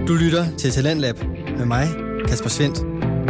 Du lytter til Talentlab med mig, Kasper Svendt.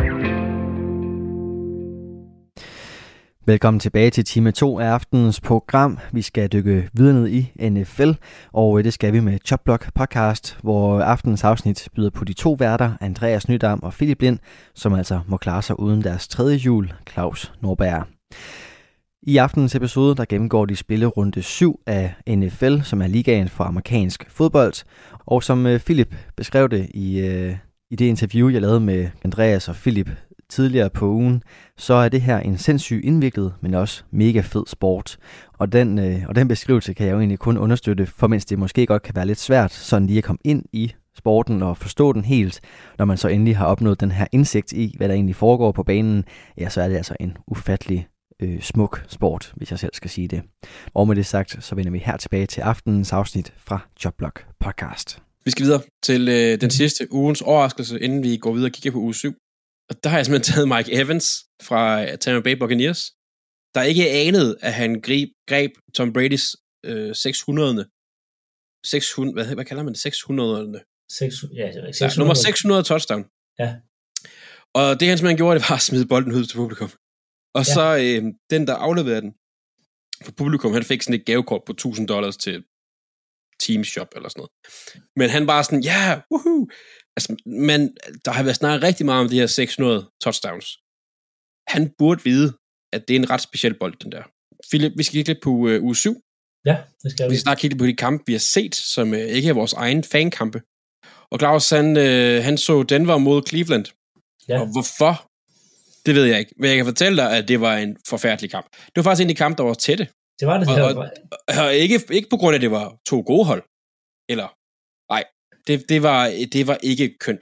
Velkommen tilbage til time 2 af aftenens program. Vi skal dykke videre ned i NFL, og det skal vi med Chopblock podcast, hvor aftenens afsnit byder på de to værter, Andreas Nydam og Philip Lind, som altså må klare sig uden deres tredje hjul, Claus Norberg. I aftenens episode, der gennemgår de spillerunde 7 af NFL, som er ligaen for amerikansk fodbold, og som Philip beskrev det i det interview, jeg lavede med Andreas og Philip tidligere på ugen, så er det her en sindssygt indviklet, men også mega fed sport. Og den beskrivelse kan jeg jo egentlig kun understøtte, for mens det måske godt kan være lidt svært sådan lige at komme ind i sporten og forstå den helt, når man så endelig har opnået den her indsigt i, hvad der egentlig foregår på banen, ja, så er det altså en ufattelig smuk sport, hvis jeg selv skal sige det. Og med det sagt, så vender vi her tilbage til aftenens afsnit fra Jobblock Podcast. Vi skal videre til den sidste ugens overraskelse, inden vi går videre og kigger på uge 7. Og der har jeg simpelthen taget Mike Evans fra Tampa Bay Buccaneers, der ikke anede, at han greb Tom Bradys 600. Hvad kalder man det? 600. 600. Nummer 600 touchdown. Ja. Og det han simpelthen gjorde, det var at smide bolden ud til publikum. Og så den, der afleverede den for publikum, han fik sådan et gavekort på $1,000 til Team Shop eller sådan noget. Men han bare sådan, ja, woohoo! Altså, men der har været snakket rigtig meget om de her 600 touchdowns. Han burde vide, at det er en ret speciel bold, den der. Philip, vi skal kigge lidt på uge 7. Ja, det skal vi. Vi skal snart kigge på de kampe, vi har set, som ikke er vores egen fankampe. Og Claus, han så Denver mod Cleveland. Ja. Og hvorfor? Det ved jeg ikke. Men jeg kan fortælle dig, at det var en forfærdelig kamp. Det var faktisk en af de kampe, der var tætte. Det var det. Og ikke på grund af, at det var to gode hold. Eller, nej. Det var ikke kønt.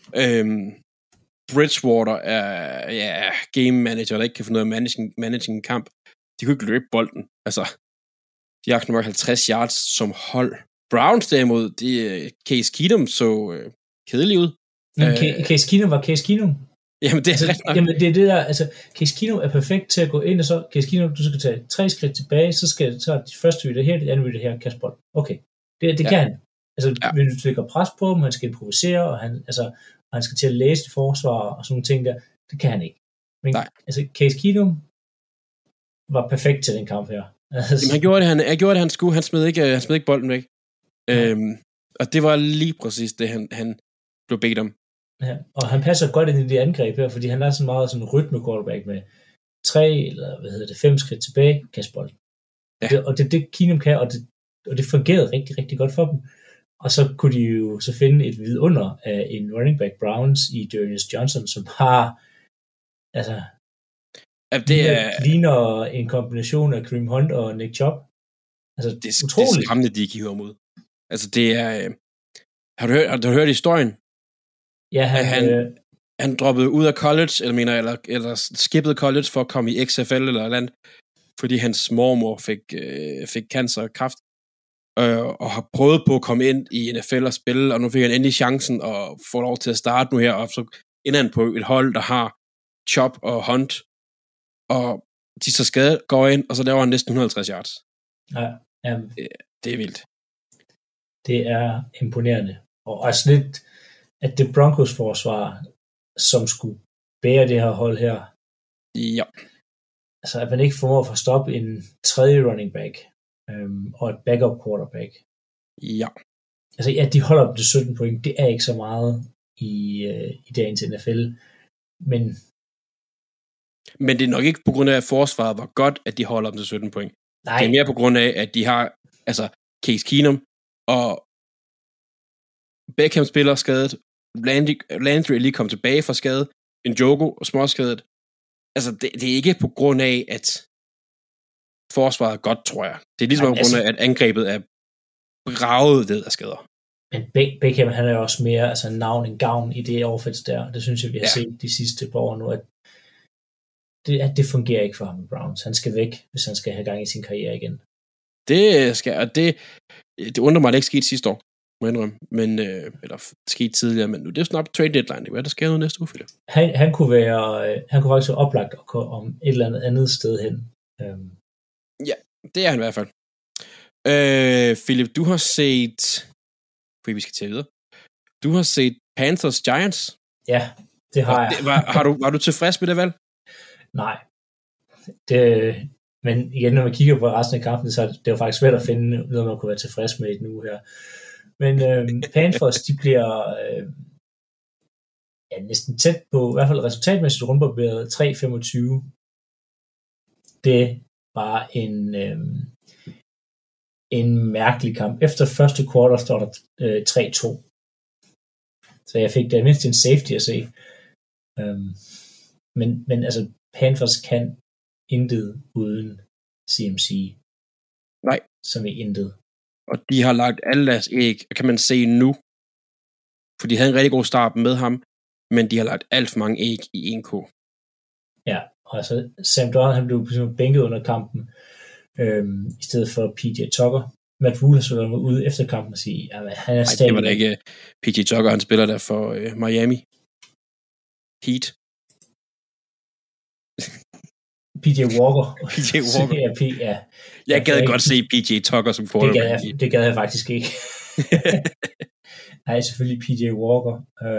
Bridgewater er game manager, der ikke kan finde ud af managing en kamp. De kunne ikke løbe bolden. Altså, de har nok 50 yards som hold. Browns derimod, Case Keenum så kedelig ud. Case Keenum var Case Keenum. Jamen, det er altså, rigtigt nok. Jamen, det er det der, altså, Case Keenum er perfekt til at gå ind, og så, Case Keenum, du skal tage 3 skridt tilbage, så skal du tage de første rytter her, det andet rytter her, kaste bold. Okay, det kan han. Altså, hvis du lægger pres på ham, han skal improvisere, og han skal til at læse det forsvar, og sådan nogle ting der, det kan han ikke. Men altså, Case Keenum var perfekt til den kamp her. Altså, jamen, han gjorde det, han skulle. Han smed ikke bolden væk. Og det var lige præcis det, han blev bedt om. Ja, og han passer godt ind i det angreb her, fordi han er sådan meget sådan rytme quarterback med 3 eller 5 skridt tilbage, kastbold. Ja. Og det Keenum kan, og det fungerede rigtig, rigtig godt for dem. Og så kunne de jo så finde et vidunder af en running back Browns i Darius Johnson, som har, altså, ligner en kombination af Kareem Hunt og Nick Chubb. Altså, det er skræmmende, de giver mod. Altså, det er, har du hørt historien? Ja, han droppede ud af college, eller skippede college for at komme i XFL eller andet, fordi hans mormor fik cancer og kræft, og har prøvet på at komme ind i NFL og spille, og nu fik han endelig chancen og får lov til at starte nu her, og så ender han på et hold, der har Chop og Hunt, og de så skadet går ind, og så laver han næsten 150 yards. Ja, det er vildt. Det er imponerende. Og også lidt, at det Broncos forsvar, som skulle bære det her hold her, ja. Altså, at man ikke formår at få stoppet en tredje running back, og et backup quarterback. Ja. Altså, ja, de holder op til 17 point. Det er ikke så meget i dagens NFL. Men det er nok ikke på grund af, at forsvaret var godt, at de holder op til 17 point. Nej. Det er mere på grund af, at de har, altså, Case Keenum og Beckham spiller skadet, Landry lige kom tilbage fra skade, Njoku og småskadet. Altså, det er ikke på grund af, at forsvaret er godt, tror jeg. Det er ligesom på grund af, at angrebet er braget ved af skader. Men Beckham, han er jo også mere altså navn end gavn i det offense der. Det synes jeg, vi har set de sidste par år nu, at det fungerer ikke for ham i Browns. Han skal væk, hvis han skal have gang i sin karriere igen. Det undrer mig, at det ikke skete sidste år, må jeg indrømme. Men, eller skete tidligere, men nu det er snart trade deadline. Det er, der sker noget næste uge, Philip. Han kunne faktisk være oplagt at komme om et eller andet sted hen. Ja, det er han i hvert fald. Philip, du har set, fordi vi skal tage videre, Du har set Panthers Giants? Ja, det har jeg. Var du tilfreds med det valg? Nej. Men igen, når man kigger på resten af kampen, så er det jo faktisk svært at finde noget, man kunne være tilfreds med i den uge her. Men Panthers, de bliver næsten tæt på, i hvert fald resultatmæssigt rundbarberet 3-25. Det var en mærkelig kamp. Efter første quarter står der 3-2. Så jeg fik da mindst en safety at se. Men altså, Panthers kan intet uden CMC. Nej. Som i intet. Og de har lagt alle deres æg, kan man se nu. For de havde en rigtig god start med ham, men de har lagt alt for mange æg i 1K. Ja, og altså Sam Darnold, han blev bænket under kampen, i stedet for PJ Tucker. Matt Rhule har så været ude efter kampen og sige, at han er stadig... det var da ikke PJ Tucker, han spiller der for Miami Heat. PJ Walker. PJ Walker. ja. Jeg gad godt se PJ Tucker som quarterback. Det gad jeg faktisk ikke. Nej, selvfølgelig PJ Walker.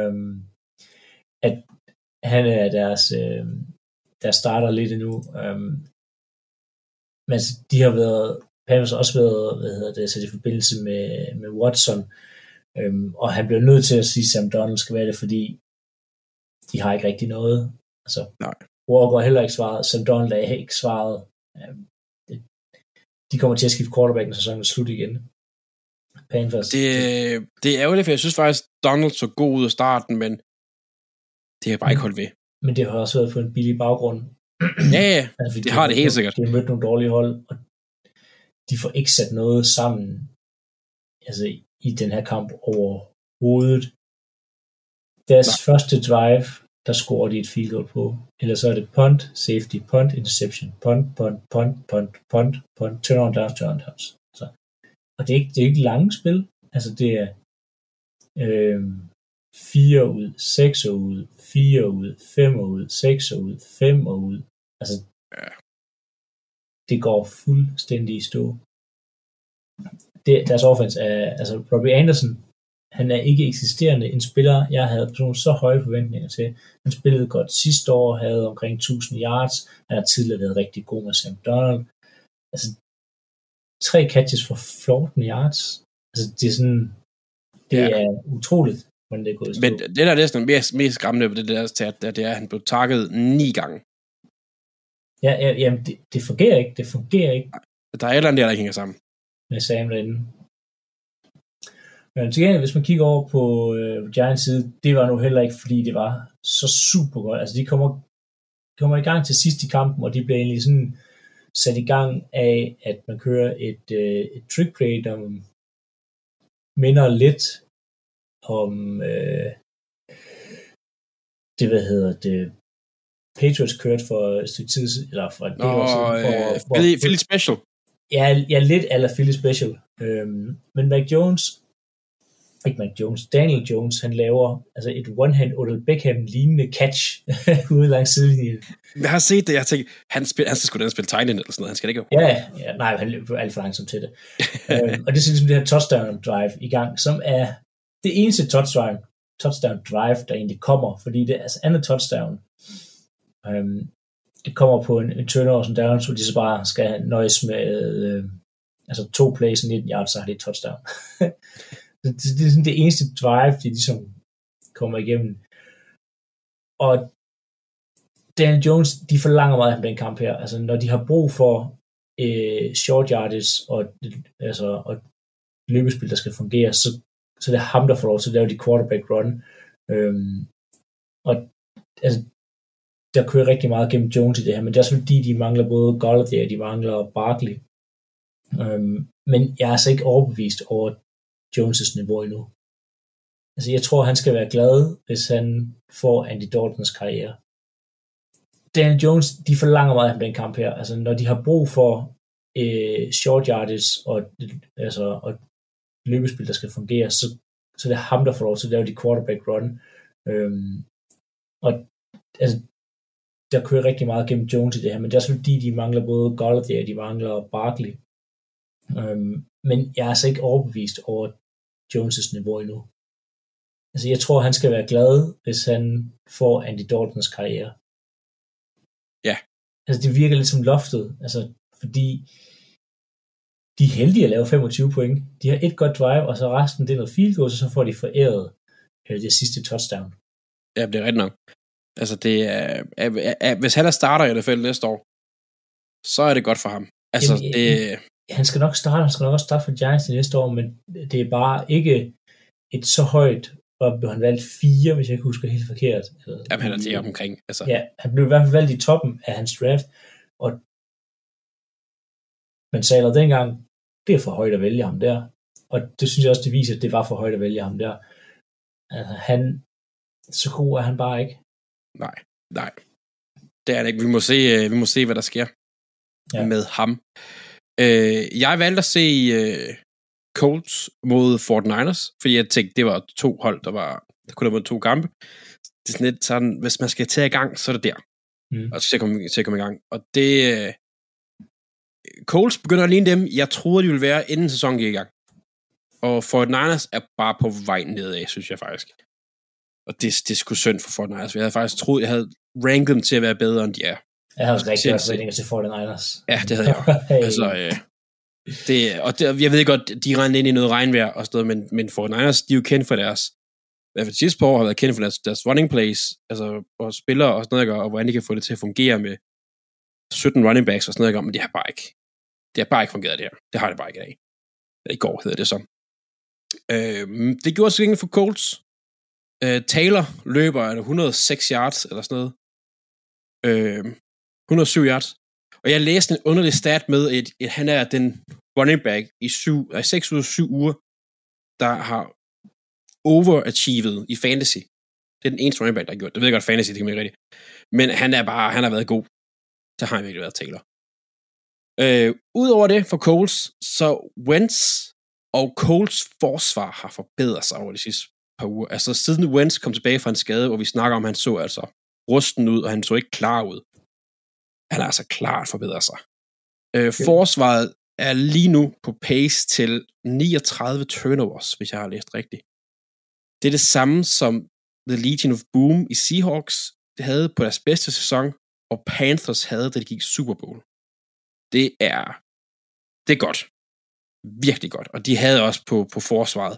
At han er der starter lidt endnu. Men de har været, Panthers også været, sat i forbindelse med Watson. Og han bliver nødt til at sige, at Sam Darnold skal være det, fordi de har ikke rigtig noget. Altså, nej. Walker heller ikke svaret, Sam Darnold er ikke svaret. De kommer til at skifte quarterback, når sæsonen er slut igen. Panthers. Det er ærgerligt, for jeg synes faktisk, Donald så god ud af starten, men det har bare ikke holdt ved. Men det har også været på en billig baggrund. Ja, altså, det har det helt sikkert. De har mødt nogle dårlige hold, og de får ikke sat noget sammen altså i den her kamp overhovedet. Deres første drive, der scorer de et field goal på. Eller så er det punt, safety, punt, interception, punt, turn-on downs. Så. Og det er ikke lange spil. Altså det er 4 ud, 6 ud, 4 ud, 5 ud, 6 ud, 5 ud. Altså det går fuldstændig i stå. Deres offense er, altså Robbie Anderson, han er ikke eksisterende. En spiller, jeg havde personligt så høje forventninger til. Han spillede godt sidste år, havde omkring 1000 yards. Han har tidligere været rigtig god med Sam Darnold. Altså 3 catches for 14 yards. Altså det er sådan, det er utroligt, hvordan det er gået i stå. Men det der er næsten mest skræmmende ved det der stat, det er, at han blev takket 9 gange. Ja, jamen det fungerer ikke. Det fungerer ikke. Der er et eller andet der ikke hænger sammen. Med Sam derinde. Men til gengæld, hvis man kigger over på Giants side, det var nu heller ikke, fordi det var så super godt. Altså de kommer i gang til sidst i kampen, og de bliver egentlig sådan sat i gang af, at man kører et trick play, der minder lidt om det Patriots kørte for et stykke tid, eller for et år siden. Philly Special. Ja, lidt eller Philly Special. Men Daniel Jones, han laver altså et one-hand Odell Beckham lignende catch ude langs sidelinjen. Jeg har set det, jeg tænker, han skal sgu da spille tegnen eller sådan noget, han skal ikke have. Ja, nej, han løber alt for langsomt til det. Og det er ligesom det her touchdown drive i gang, som er det eneste touchdown drive, der egentlig kommer, fordi det er altså andet touchdown. Det kommer på en turnover som Downs, hvor de så bare skal nøjes med 2 plays og 19 yards, så har det et touchdown. Det er sådan det eneste drive, de ligesom kommer igennem. Og Daniel Jones, de forlanger meget af den kamp her. Altså, når de har brug for short yardage og løbespil, der skal fungere, så det er ham, der får lov til at lave de quarterback run. Og altså, der kører rigtig meget gennem Jones i det her, men det er også fordi, de mangler både Golladay og de mangler Barkley. Men jeg er altså ikke overbevist over Jones' niveau endnu. Altså, jeg tror, han skal være glad, hvis han får Andy Daltons karriere. Daniel Jones, de forlanger meget af den kamp her. Altså, når de har brug for short yardage og løbespil, der skal fungere, så det er ham, der får lov til at lave de quarterback run. Og altså, der kører rigtig meget gennem Jones i det her, men det er også fordi, de mangler både Golladay og de mangler Barkley. Men jeg er altså ikke overbevist over Jones' niveau endnu. Altså, jeg tror, han skal være glad, hvis han får Andy Daltons karriere. Ja. Altså, det virker lidt som loftet, altså, fordi de er heldige at lave 25 point. De har et godt drive, og så resten, det er noget field goal, så får de foræret det sidste touchdown. Ja, det er rigtigt nok. Altså, det er, hvis han er starter i NFL næste år, så er det godt for ham. Altså, han skal nok også starte for Giants i næste år, men det er bare ikke et så højt, og blev han valgt 4, hvis jeg ikke husker helt forkert. Jamen, han er til omkring. Altså. Ja, han blev i hvert fald valgt i toppen af hans draft, og man sagde dengang, det er for højt at vælge ham der, og det synes jeg også, det viser, at det var for højt at vælge ham der. Altså, så god er han bare ikke. Nej. Det er det ikke. Vi må se, hvad der sker med ham. Jeg valgte at se Colts mod 49ers, fordi jeg tænkte, det var 2 hold, der kunne have været 2 kampe. Det er sådan lidt sådan, hvis man skal tage i gang, så er det der. Og så skal jeg komme i gang. Og det... Colts begynder at ligne dem, jeg troede, de ville være, inden sæsonen gik i gang. Og 49ers er bare på vej nedad, synes jeg faktisk. Og det er sgu synd for 49ers. Jeg havde faktisk troet, jeg havde ranket dem til at være bedre, end de er. Jeg havde rigtig godt forventninger til 49ers. Ja, det havde jeg. Altså, jeg ved godt, de rendte ind i noget regnvejr og sådan noget, men 49ers, de er jo kendt for deres, i hvert fald sidste par år, har været kendt for deres running plays, altså, og spillere og sådan noget, og hvordan de kan få det til at fungere med 17 running backs og sådan noget, men det har bare ikke fungeret det her. Det har det bare ikke i dag. I går hedder det så. Det gjorde sig ikke for Colts. Taylor løber 106 yards eller sådan noget. 107 yards. Og jeg læste en underlig stat med, at han er den running back i 6 ud af 7 uger, der har overachieved i fantasy. Det er den eneste running back, der har gjort. Det ved jeg godt, fantasy, det kan man ikke rigtigt. Men han har været god. Så har han virkelig været Taylor. Udover det for Colts, så Wentz og Colts forsvar har forbedret sig over de sidste par uger. Altså siden Wentz kom tilbage fra en skade, hvor vi snakker om, han så altså rusten ud, og han så ikke klar ud. Han er altså klart forbedret sig. Forsvaret er lige nu på pace til 39 turnovers, hvis jeg har læst rigtigt. Det er det samme som The Legion of Boom i Seahawks, det havde på deres bedste sæson, og Panthers havde, da de gik Super Bowl. Det er godt. Virkelig godt. Og de havde også på forsvaret.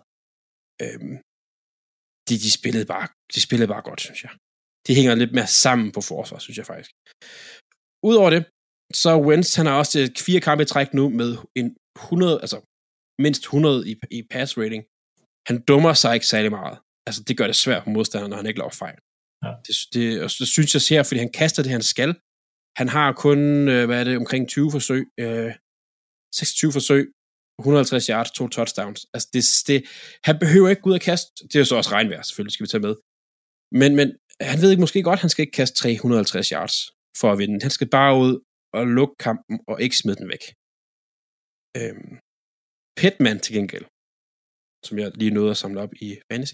De spillede bare godt, synes jeg. De hænger lidt mere sammen på forsvaret, synes jeg faktisk. Udover det, så Wentz, han har også 4 kampe i træk nu med en 100, altså mindst 100 i pass rating. Han dummer sig ikke særlig meget. Altså, det gør det svært for modstanderen, når han ikke laver fejl. Ja. Det synes jeg ser, fordi han kaster det, han skal. Han har kun, omkring 20 forsøg, 26 forsøg, 150 yards, 2 touchdowns. Altså, han behøver ikke gå ud og kaste. Det er jo så også regnvejr, selvfølgelig, skal vi tage med. Men han ved ikke måske godt, han skal ikke kaste 350 yards for at vinde. Han skal bare ud og lukke kampen og ikke smide den væk. Pittman til gengæld, som jeg lige nåede at samle op i fantasy.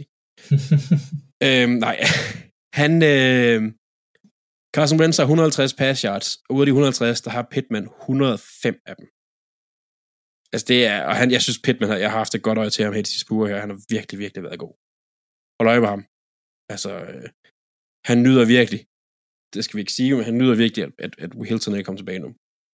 Carson Wentz har 150 pass yards, og ud af de 150, der har Pittman 105 af dem. Altså det er, og jeg synes Pittman, jeg har haft et godt øje til ham her de sidste uger her, han har virkelig, virkelig været god. Hold øje med ham. Altså, han nyder virkelig, det skal vi ikke sige, men han nyder virkelig, at Hilton er kommet tilbage nu.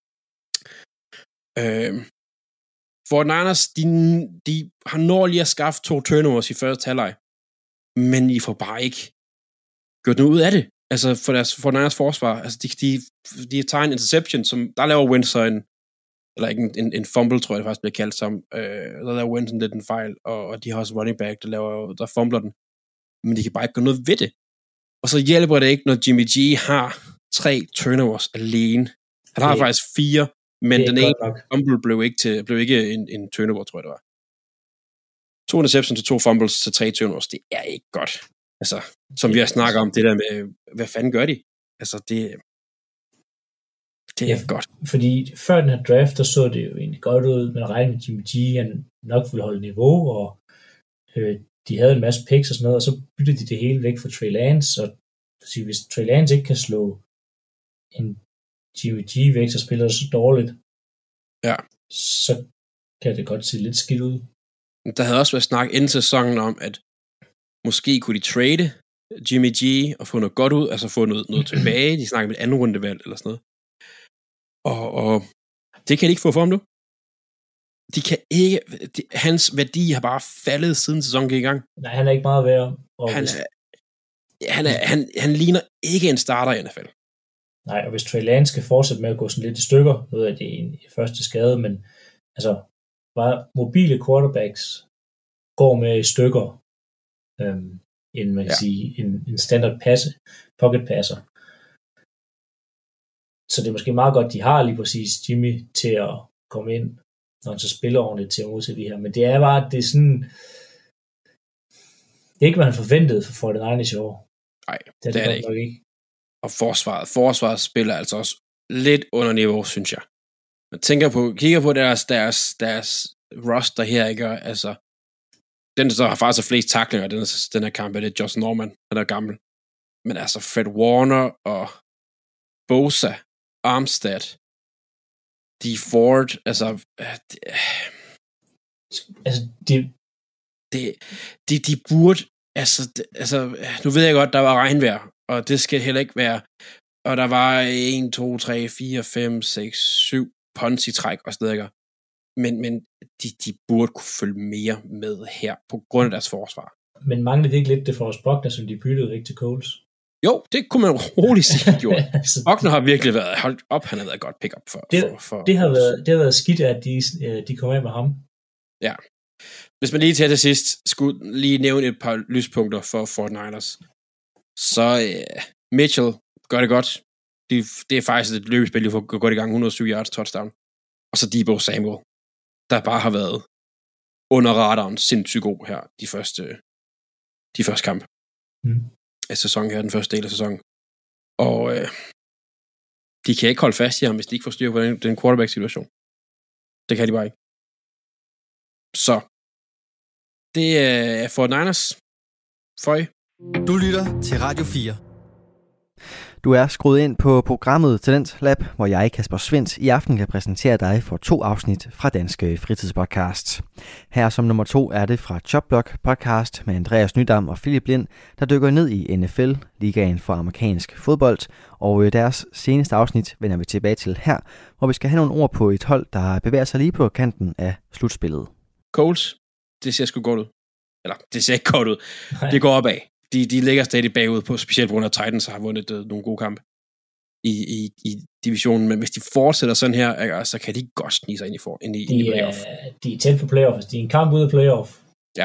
For Niners, de har når lige at skaffe 2 turnovers i første halvleg, men I får bare ikke gjort noget ud af det. Altså for Niners forsvar, altså de tager en interception, som der laver Wentz eller ikke en fumble, tror jeg det faktisk bliver kaldt som, der laver Wentz lidt en fejl, og de har også running back, der fumbler den, men de kan bare ikke gøre noget ved det. Og så hjælper det ikke, når Jimmy G har 3 turnovers alene. Han har faktisk 4, men den ene fumble blev ikke en turnover, tror jeg det var. 2 interceptions til 2 fumbles til 3 turnovers, det er ikke godt. Altså, som vi har snakket om, det der med, hvad fanden gør de? Altså, det er ikke godt. Fordi før den her draft, der så det jo egentlig godt ud, men regnede med Jimmy G, han nok ville holde niveau, og de havde en masse picks og sådan noget, og så byttede de det hele væk for Trey Lance, og hvis Trey Lance ikke kan slå en Jimmy G væk, så spiller det så dårligt, så kan det godt se lidt skidt ud. Der havde også været snak inden sæsonen om, at Måske kunne de trade Jimmy G og få noget godt ud, altså få noget tilbage. De snakker med et anden rundevalg eller sådan noget. Og det kan de ikke få for ham nu. De kan ikke, hans værdi har bare faldet siden sæsonen gik i gang. Nej, han er ikke meget værd. Han ligner ikke en starter i NFL. Nej, og hvis Trey Lance skal fortsætte med at gå sådan lidt i stykker, nu ved jeg, det er en første skade, men altså, bare mobile quarterbacks går med i stykker, end man kan sige, en standard pocket passer. Så det er måske meget godt, de har lige præcis Jimmy til at komme ind, når han så spiller ordentligt til at modtage de her. Men det er bare, det er sådan, det er ikke, hvad han forventede for 49ers i år. Nej, det er det ikke. Og forsvaret spiller altså også lidt under niveau, synes jeg. Man kigger på deres roster her, ikke? Altså, den så har faktisk flest tacklinger, den her kamp, er det Josh Norman, han er gammel. Men altså, Fred Warner og Bosa, Armstead, Dee Ford, altså de burde, altså, nu ved jeg godt, der var regnvejr, og det skal heller ikke være, og der var 1, 2, 3, 4, 5, 6, 7 punts i træk og sådan noget, men de burde kunne følge mere med her, på grund af deres forsvar. Men manglede det ikke lidt det for os Buckner, som de byttede væk til Coles? Jo, det kunne man roligt sige, gjort. Buckner har virkelig været holdt op, han har været godt pick-up for. Det har været skidt, at de kom af med ham. Ja. Hvis man lige til sidst skulle lige nævne et par lyspunkter for 49ers, så Mitchell gør det godt. Det er faktisk et løbespil, de får godt i gang, 107 yards touchdown. Og så Deebo Samuel, der bare har været under radaren sindssygt god her de første kampe af sæsonen her, den første del af sæsonen. Og de kan ikke holde fast i ham, hvis de ikke får styr på den quarterback-situation. Det kan de bare ikke. Så det er for Niners. Føj. Du lytter til Radio 4. Du er skruet ind på programmet Talent Lab, hvor jeg, Kasper Svendt, i aften kan præsentere dig for 2 afsnit fra Danske Fritidspodcast. Her som nummer 2 er det fra Chopblock podcast med Andreas Nydam og Philip Lind, der dykker ned i NFL, ligaen for amerikansk fodbold, og deres seneste afsnit vender vi tilbage til her, hvor vi skal have nogle ord på et hold, der bevæger sig lige på kanten af slutspillet. Colts, det ser sgu godt ud. Eller, det ser ikke godt ud. Nej. Det går opad. De ligger stadig bagud på, specielt på grund af Titans har vundet nogle gode kampe i divisionen, men hvis de fortsætter sådan her, så kan de godt snige sig ind i playoff. De er tæt på playoff, de er en kamp ude af playoff. Ja.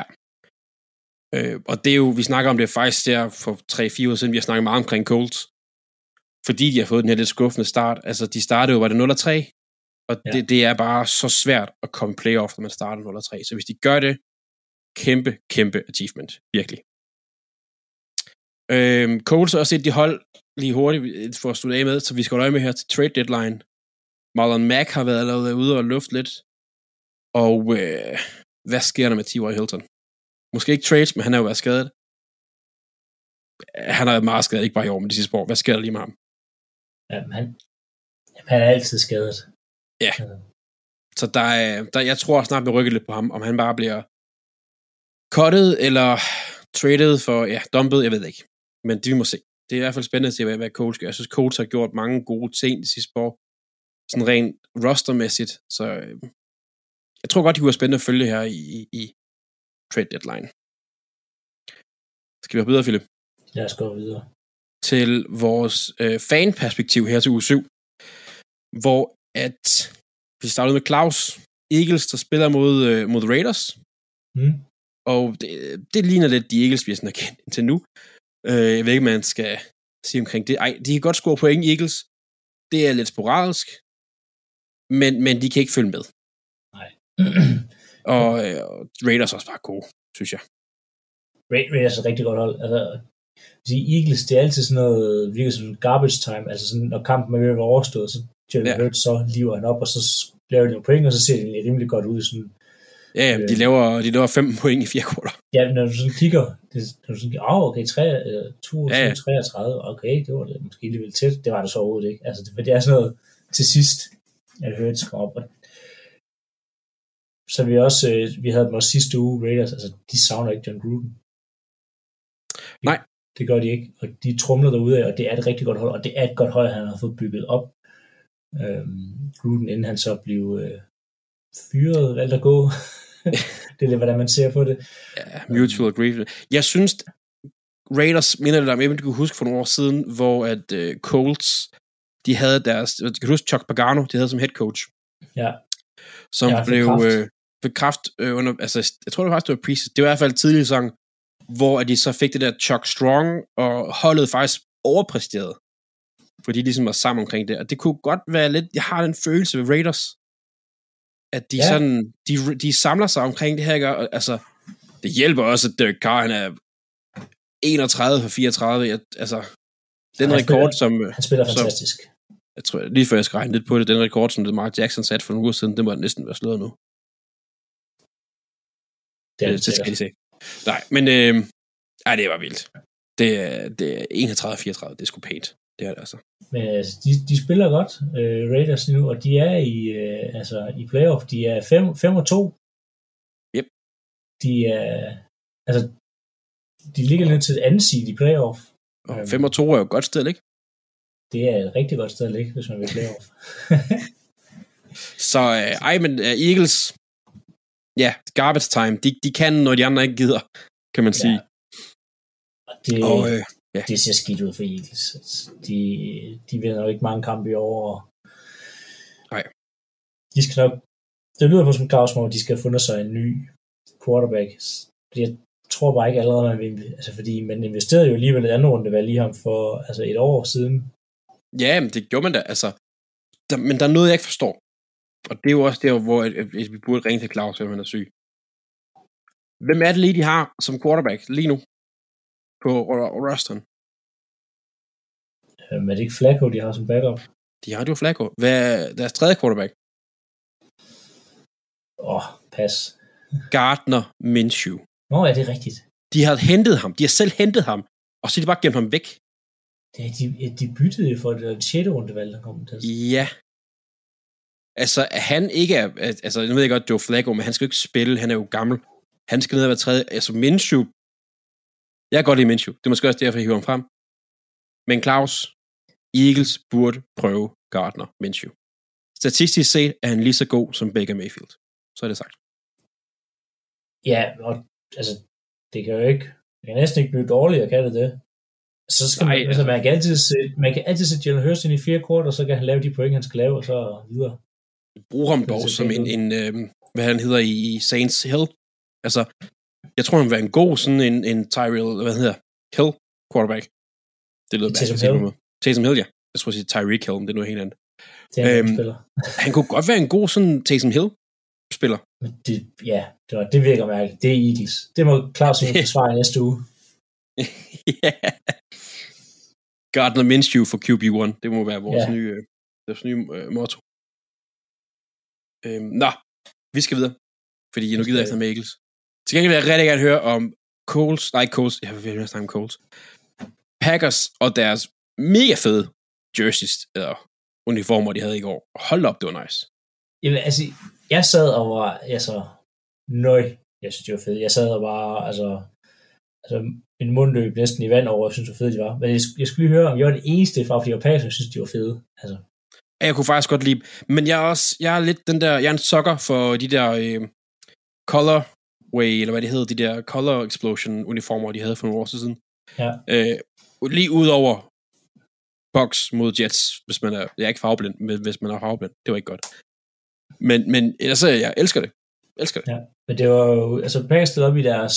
Og det er jo, vi snakker om det faktisk der for 3-4 uger siden, vi har snakket meget omkring Colts, fordi de har fået den her lidt skuffende start. Altså, de startede jo, var det 0-3, og det er bare så svært at komme i playoff, når man starter 0-3. Så hvis de gør det, kæmpe achievement, virkelig. Colts er også et de hold lige hurtigt for at slutte af med, så vi skal øje med her til trade deadline. Marlon Mack har været allerede ude og lufte lidt, og hvad sker der med T.Y. Hilton? Måske ikke trades, men han har jo været skadet. Han har været meget skadet, ikke bare i år, men de sidste år. Hvad sker der lige med ham? Ja, han er altid skadet. Ja. Så jeg tror snart med rykket lidt på ham, om han bare bliver cuttet eller traded for, dumpet, jeg ved ikke. Men det vi må se. Det er i hvert fald spændende at se, hvad Colts gør. Jeg synes, Colts har gjort mange gode ting de sidste år. Sådan rent rostermæssigt. Så jeg tror godt, de kunne være spændende at følge her i trade deadline. Skal vi have videre, Philip? Lad os gå videre. Til vores fanperspektiv her til uge 7. Hvor at vi startede med Claus Eagles, der spiller mod Raiders. Og det ligner lidt de Eagles, vi har sådan kendt indtil nu. Jeg ved ikke, man skal sige omkring det. Ej, de kan godt score point, Eagles. Det er lidt sporadisk. Men de kan ikke følge med. Nej. og Raiders er også bare gode, synes jeg. Raiders er et rigtig godt hold. Altså, Eagles, det er altid sådan noget, virker som garbage time. Altså sådan, når kampen er ved at være overstået, så Jalen Hurts, så liver han op, og så laver de nogle point, og så ser det rimelig godt ud. Sådan, ja, de laver 5 point i 4 kvarter. Ja, når du sådan kigger, okay, 33, okay, det var det måske alligevel tæt. Det var det så overhovedet ikke. Altså, det er sådan noget til sidst, at Hurts kom op. Så vi havde dem også sidste uge, Raiders, altså, de savner ikke John Gruden. Nej. Det gør de ikke, og de trumler derude af, og det er et rigtig godt hold, og det er et godt hold, han har fået bygget op. Gruden, inden han så blev fyret, valgte at gå. Det er lidt, hvordan man ser på det. Ja, mutual agreement. Jeg synes, Raiders minder det der med, at du kunne huske for nogle år siden, hvor at Colts, de havde deres, kan du huske Chuck Pagano, de havde som head coach. Ja. Som blev ved kraft under, altså jeg tror det faktisk, det var preseason. Det var i hvert fald tidlig sang, hvor at de så fik det der Chuck Strong, og holdet faktisk overpræsterede. Fordi de ligesom var sammen omkring det. Og det kunne godt være lidt, jeg har den følelse ved Raiders, at de sådan, de samler sig omkring det her, ikke? Og, altså, det hjælper også, at Derek Carr, han er 31 for 34, altså, den rekord, som... Han spiller fantastisk. Jeg tror, lige før jeg skal regne lidt på det, den rekord, som Lamar Jackson satte for nogle uger siden, den må næsten være slået nu. Det skal de se. Nej, men det var vildt. Det er 31-34, det er sgu pænt. Det er det altså. Men altså, de spiller godt, Raiders nu, og de er i playoff. De er 5-2. Yep. De er, altså, de ligger lidt til et andet seed i playoff. Og 5-2 er jo et godt sted, ikke? Det er et rigtig godt sted at ligge, hvis man vil playoff. Så, men Eagles, ja, garbage time, de kan, når de andre ikke gider, kan man sige. Det ser skidt ud for Eagles. De vinder jo ikke mange kampe i år. Nej. De skal nok, det lyder på som Claus, hvor de skal have fundet sig en ny quarterback. Jeg tror bare ikke allerede, man vil, altså fordi man investerede jo alligevel et andet rundevalg i ham for et år siden. Ja, men det gjorde man da, altså. Men der er noget, jeg ikke forstår. Og det er jo også der, hvor vi burde ringe til Claus, hvis han er syg. Hvem er det lige, de har som quarterback lige nu på rosteren? Men er det ikke Flacco, de har som backup? De har jo Flacco. Hvad er deres tredje quarterback? Pas. Gardner Minshew. Nå, ja, det er rigtigt. De har hentet ham. De har selv hentet ham. Og så er de bare gemt ham væk. De byttede for det 6. rundevalg, der kom til. Ja. Altså, han ikke er... Altså, nu ved jeg godt, Joe Flacco, men han skal jo ikke spille. Han er jo gammel. Han skal ned og være tredje. Altså, Minshew... Jeg kan godt lide Minshew. Det er måske også derfor, jeg hiver ham frem. Men Claus, Eagles burde prøve Gardner Minshew. Statistisk set er han lige så god som Baker Mayfield. Så er det sagt. Ja, og altså, det kan jo ikke... Det kan næsten ikke blive dårligere, kan det? Så skal man kan altid sætte Jalen Hurts ind i 4 kvarter, og så kan han lave de point, han skal lave, og så videre. Brug ham dog som en hvad han hedder i Saints Hill. Altså, jeg tror, han vil være en god sådan en Tyrell, Hill quarterback. Det lyder bare. Taysom Hill, ja. Jeg tror, at sige Tyreek Hill, men det er noget helt andet. Han kunne godt være en god sådan Taysom Hill spiller. Det virker mærkeligt. Det er Eagles. Det må Claus forsvare næste uge. Ja. Gardner Minshew for QB1. Det må være vores nye motto. Vi skal videre. Fordi nu gider jeg efter med Eagles. Til gengæld vil jeg rigtig gerne høre om Colts. Jeg vil høre snakke om Colts. Packers og deres mega fede jerseys, eller uniformer, de havde i går. Hold op, det var nice. Jamen, altså, jeg sad og var, jeg synes, det var fedt. Jeg sad og var, min mund løb næsten i vand over, jeg synes, hvor fede de var. Men jeg skulle lige høre, om jeg var det eneste fra, fordi jeg var Packers, jeg synes, de var fede. Altså. Jeg kunne faktisk godt lide, men jeg er lidt jeg er en sucker for de der colorway, eller hvad det hedder, de der color explosion uniformer, de havde for nogle år siden. Ja. Lige ud over box mod Jets, hvis man jeg er ikke farveblind, men hvis man er farveblind, det var ikke godt. Men ellers jeg elsker det. Ja, men det var jo, Packers stillede op i deres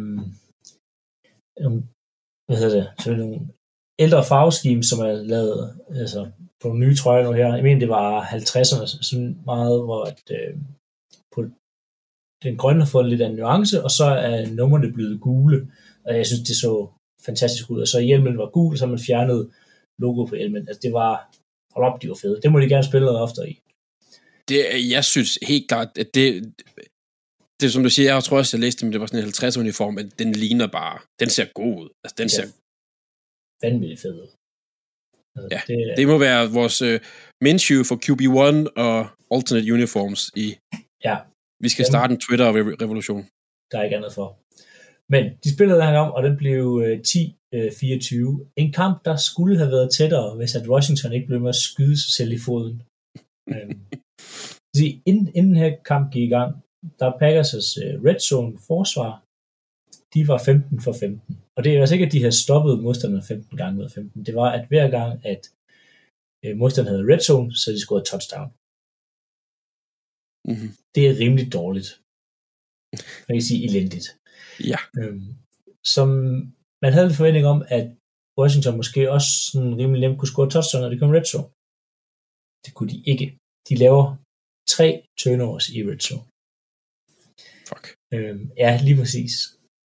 så nogle ældre farveskime, som er lavet på nogle nye trøjer nu her. Jeg mener, det var 50'erne, sådan meget, hvor på den grønne har fået lidt af en nuance, og så er numrene blevet gule, og jeg synes, det så fantastisk ud. Og så hjelmen var gul, så man fjernede logo på hjelmen. Altså, det var, hold op, de var fede. Det må de gerne spille noget oftere i. Jeg synes helt klart, at det som du siger, jeg tror også, jeg læste, men det var sådan en 50-uniform, men den ligner bare, den ser god ud. Altså, den ser vanvittigt fed ud. Altså, ja, det må være vores Minshew for QB1 og alternate uniforms i. Ja. Vi skal starte en Twitter-revolution. Der er ikke andet for. Men de spillede den her kamp, og den blev 10-24. En kamp, der skulle have været tættere, hvis at Washington ikke blev med at skyde sig selv i foden. Inden her kamp gik i gang, der Packers' red zone forsvar, de var 15-15. Og det er altså ikke, at de havde stoppet modstanderne 15 gange med 15. Det var, at hver gang, at modstanderne havde red zone, så de scorede touchdown. Mm-hmm. Det er rimelig dårligt. Man kan sige elendigt. Ja. Som man havde en forventning om, at Washington måske også sådan rimelig nemt kunne score touchdown, når de kom red zone. Det kunne de ikke. De laver 3 turnovers i red zone. Fuck. Ja, lige præcis.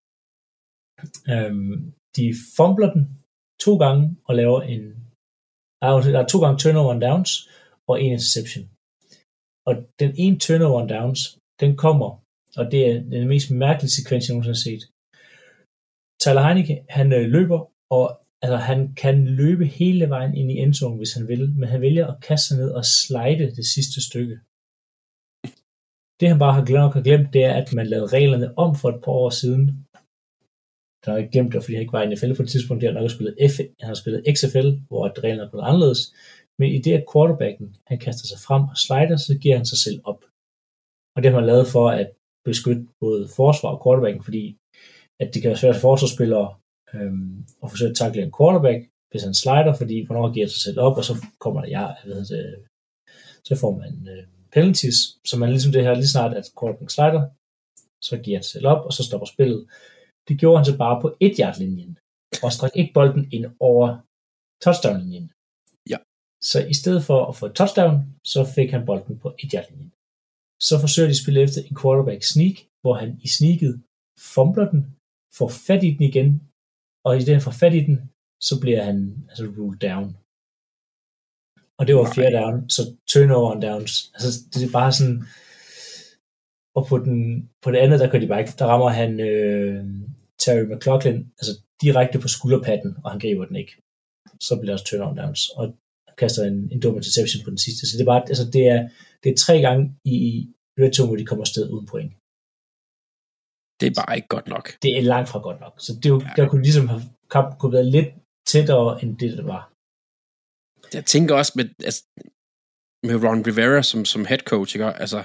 De fumbler den 2 gange og laver der er 2 gange turnover on downs og 1 interception. Og den ene turnover on downs, den kommer, og det er den mest mærkelige sekvens, jeg nogensinde har set. Tyler Heinicke, han løber, og altså, han kan løbe hele vejen ind i endzone, hvis han vil, men han vælger at kaste sig ned og slide det sidste stykke. Det han bare har glemt, det er, at man lavede reglerne om for et par år siden. Der har ikke glemt det, fordi han ikke var i NFL på et tidspunkt, der han har spillet XFL, hvor reglerne er blevet anderledes. Men i det, at quarterbacken, han kaster sig frem og slider, så giver han sig selv op. Og det har man lavet for at beskytte både forsvar og quarterbacken, fordi at det kan være svært for forsvarsspillere at forsøge at tackle en quarterback, hvis han slider, fordi hvornår giver sig selv op, og så kommer der, så får man penalties, så man ligesom det her, lige snart at quarterback slider, så giver han sig selv op, og så stopper spillet. Det gjorde han så bare på 1-yard-linjen, og strak ikke bolden ind over touchdown-linjen. Ja. Så i stedet for at få et touchdown, så fik han bolden på 1-yard-linjen. Så forsøger de at spille efter en quarterback sneak, hvor han i sneaket fumbler den, får fat i den igen, og i stedet for fat i den, så bliver han altså ruled down. Og det var 4 down, så turnover on downs. Altså det er bare sådan, og på det andet, der kan de bare ikke, der rammer han Terry McLaughlin, altså direkte på skulderpatten, og han griber den ikke. Så bliver der også turnover on downs, og kaster en dum interception på den sidste. Så det er bare, altså det er 3 gange i red zone, hvor de kommer afsted uden point. Det er bare ikke godt nok. Det er langt fra godt nok. Så det er jo, der kunne ligesom have kampen kunne være lidt tættere, end det var. Jeg tænker også med Ron Rivera som head coach, ikke? Altså,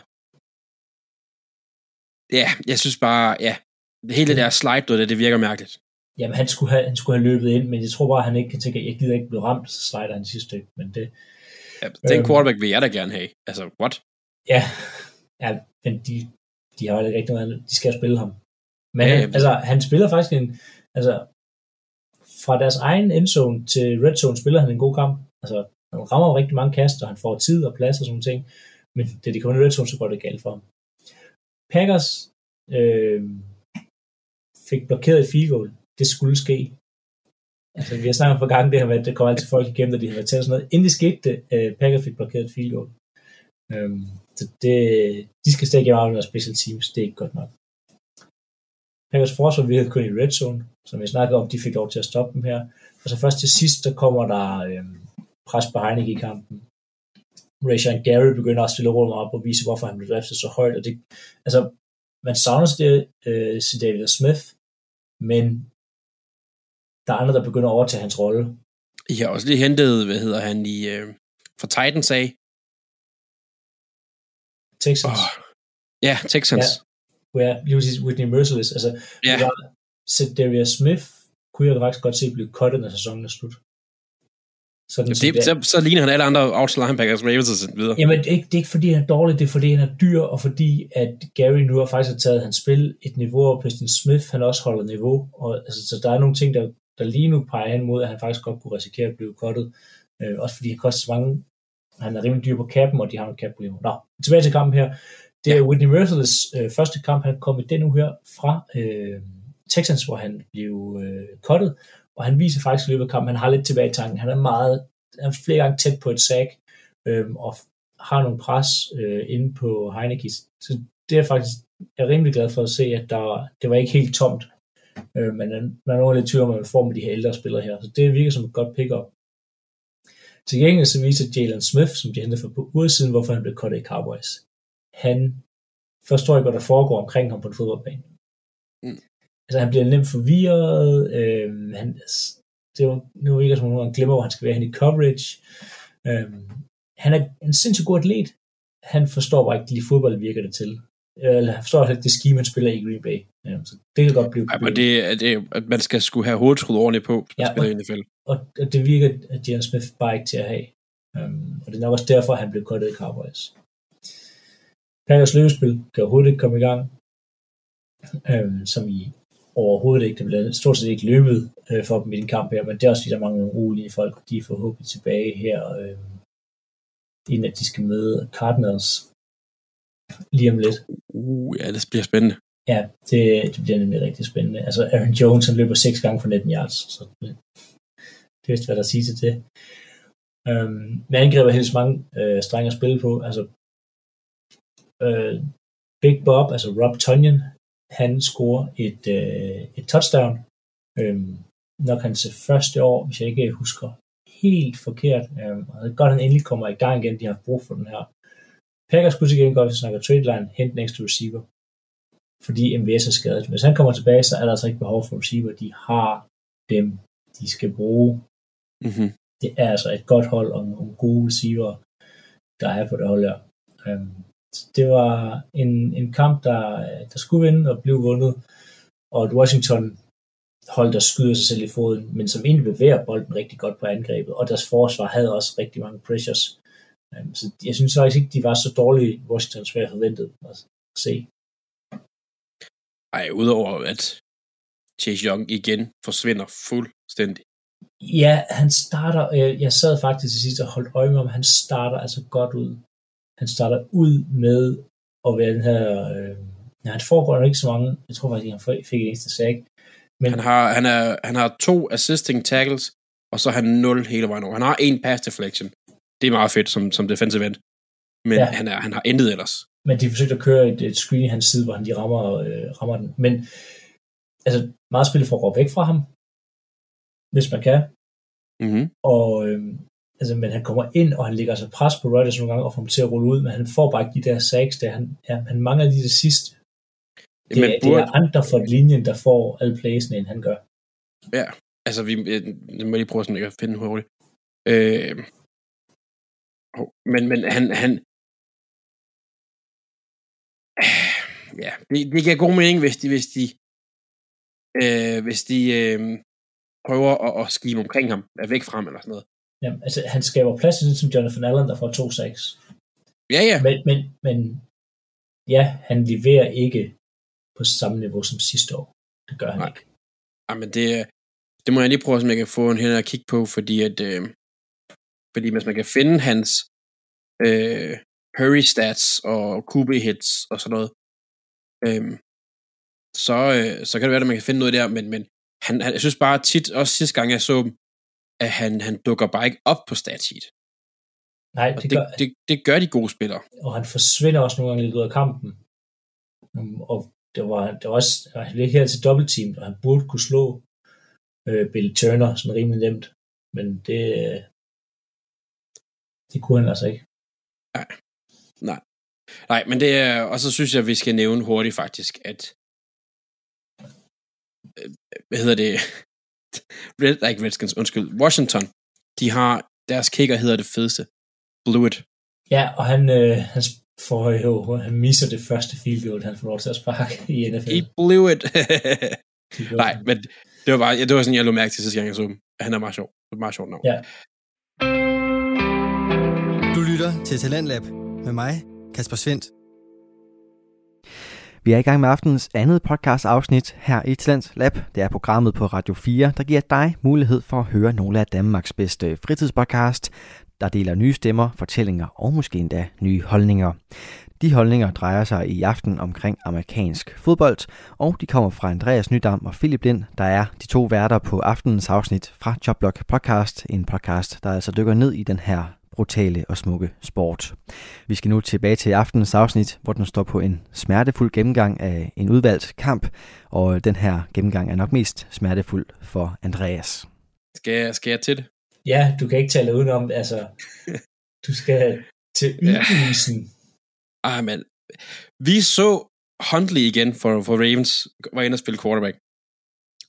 ja, jeg synes bare, ja, det hele der slide, det virker mærkeligt. Jamen, han skulle have løbet ind, men jeg tror bare, han ikke kan tænke, at jeg gider ikke blive ramt, så slider han sidste stykke, men det... Ja, den quarterback vil jeg da gerne have. Altså, what? Ja, men de har jo ikke rigtig noget andet. De skal spille ham. Men han spiller faktisk fra deres egen endzone til red zone spiller han en god kamp. Altså, han rammer jo rigtig mange kast, og han får tid og plads og sådan ting. Men da de kommer i red zone, så går det galt for ham. Packers fik blokeret et field goal. Det skulle ske. Altså, vi har snakket for gange det her med, at det kommer altid folk igennem, og de har været tæt sådan noget. Inden det skete, Packers fik blokeret et field goal. Så de skal stikke i aften af special teams. Det er ikke godt nok. Packers forsvar virkede kun i red zone, som jeg snakkede om, de fik lov til at stoppe dem her. Og så først til sidst, der kommer der pres på Heinicke i kampen. Rashan Gary begynder at stille rundt op og vise, hvorfor han blev draftet så højt. Og det, altså, man savner det David Smith, men der er andre, der begynder at overtage hans rolle. I har også lige hentet, fra Titans af? Texans. Ja, Texans. Ja, lige præcis Whitney Merciless. Altså, Darius Smith kunne jeg faktisk godt se blive cuttet, når sæsonen er slut. Så ligner han alle andre outside linebackers, Ravens og sådan videre. Jamen, det er ikke fordi, han er dårlig, det er fordi, han er dyr, og fordi, at Gary nu har faktisk taget hans spil et niveau, og Preston Smith, han også holder niveau. Og, altså, så der er nogle ting, der lige nu peger hen mod, at han faktisk godt kunne risikere at blive cuttet. Også fordi han koster så mange. Han er rimelig dyr på kappen, og de har nogle cap-problemer. Nå, tilbage til kampen her. Det er Whitney Merciless første kamp, han kom i den uge her fra Texans, hvor han blev cuttet, og han viser faktisk i løbet af kampen, han har lidt tilbage i tanken. Han er flere gange tæt på et sack, og har nogle pres inde på Heinicke. Så det er faktisk, jeg er rimelig glad for at se, at det var ikke helt tomt. Men man er lidt tvivl om, hvad man får med de her ældre spillere her. Så det virker som et godt pick-up. Til gengæld så viser Jalen Smith, som de hentede for på uger siden, hvorfor han blev cuttet i Cowboys. Han forstår ikke, hvad der foregår omkring ham på en fodboldbane. Altså, han bliver nemt forvirret. Nu virker som om han glemmer, hvor han skal være hen i coverage. Han er en sindssygt god atlet. Han forstår bare ikke lige fodbold, virker det til. Eller han forstår ikke det scheme, han spiller i Green Bay. Så det kan godt blive... Men det er, at man skal skulle have hovedskruet ordentligt på, når man spiller i NFL. Og det virker, at Jalen Smith bare ikke til at have. Og det er nok også derfor, han blev cuttet i Cowboys. Packers løbespil kan overhovedet ikke komme i gang. Som i overhovedet ikke. Det blev stort set ikke løbet for dem i den kamp her, men det er også, fordi der er mange urolige folk, de er forhåbentlig tilbage her, inden at de skal møde Cardinals lige om lidt. Ja, det bliver spændende. Ja, det bliver nemlig rigtig spændende. Altså, Aaron Jones, han løber 6 gange for 19 yards, så det er vist, hvad der siger til det. Men angriber helst mange strenge at spille på. Altså, Big Bob, altså Rob Tonyan, han scorer et touchdown. Nok hans første år, hvis jeg ikke husker helt forkert. Godt, han endelig kommer i gang igen. De har brug for den her. Packers skulle igen godt, hvis vi snakker trade line, hente en ekstra receiver. Fordi MVS er skadet. Hvis han kommer tilbage, så er der altså ikke behov for receiver. De har dem, de skal bruge. Mm-hmm. Det er altså et godt hold og nogle gode receiver, der er på det hold her. Det var en kamp, der skulle vinde og blev vundet. Og et Washington hold, der skyder sig selv i foden, men som egentlig bevæger bolden rigtig godt på angrebet. Og deres forsvar havde også rigtig mange pressures. Så jeg synes faktisk ikke, de var så dårlige, Washington, som jeg forventede at se. Ej, udover at Chase Young igen forsvinder fuldstændig. Ja, han starter, jeg sad faktisk til sidst og holdt øje med, om han starter altså godt ud. Han starter ud med at være den her, han foregår ikke så mange, jeg tror faktisk, han fik en eneste sack. Men han har 2 assisting tackles, og så har han 0 hele vejen over. Han har 1 pass deflection. Det er meget fedt som defensive end. Men ja. Han har intet ellers. Men de forsøgte at køre et screen i hans side, hvor han de rammer den. Men altså, meget spil for at råbe væk fra ham, hvis man kan. Mm-hmm. Og men han kommer ind, og han lægger altså pres på Rodgers nogle gange, og får ham til at rulle ud, men han får bare ikke de der sacks, der han mangler lige det sidste. Det er andre for linjen, der får alle playsene, end han gør. Ja, altså jeg må lige prøve sådan, at finde hurtigt. Men han ja, det giver god mening, hvis de prøver at skime omkring ham, er væk fra ham eller sådan noget. Ja, altså han skaber plads til som Jonathan Allen, der får 2 sacks. Ja. Men ja, han leverer ikke på samme niveau som sidste år. Det gør han ikke. Ja, men det må jeg lige prøve, som jeg kan få en hen og kigge på, fordi hvis man kan finde hans hurry stats og QB hits og sådan noget, så kan det være, at man kan finde noget der, men jeg synes bare tit, også sidste gang jeg så dem, at han dukker bare ikke op på statsheet. Nej, det gør de gode spillere. Og han forsvinder også nogle gange lidt ud af kampen. Og der var også han ligger her til dobbeltteam, og han burde kunne slå Bill Turner sådan rimelig nemt. Men det kunne han altså ikke. Nej, men det er, og så synes jeg, at vi skal nævne hurtigt faktisk, at Washington, de har, deres kicker hedder det fedeste, Blewett. Ja, og han misser det første field goal, han får lov til at sparke i NFL. I Blewett. Nej, men det var sådan, jeg lå mærke til sidste gang, jeg så dem. Han er meget sjov. Det er meget sjovt navn. Ja. Du lytter til Talentlab med mig, Kasper Svendt. Vi er i gang med aftenens andet podcast-afsnit her i Talent Lab. Det er programmet på Radio 4, der giver dig mulighed for at høre nogle af Danmarks bedste fritidspodcast, der deler nye stemmer, fortællinger og måske endda nye holdninger. De holdninger drejer sig i aften omkring amerikansk fodbold, og de kommer fra Andreas Nydam og Philip Lind, der er de 2 værter på aftenens afsnit fra Jobblock Podcast, en podcast, der altså dykker ned i den her brutale og smukke sport. Vi skal nu tilbage til aftenens afsnit, hvor den står på en smertefuld gennemgang af en udvalgt kamp, og den her gennemgang er nok mest smertefuld for Andreas. Skal jeg til det? Ja, du kan ikke tale udenom, altså du skal til ydmygelsen. Men vi så Huntley igen for Ravens, var inde og spille quarterback.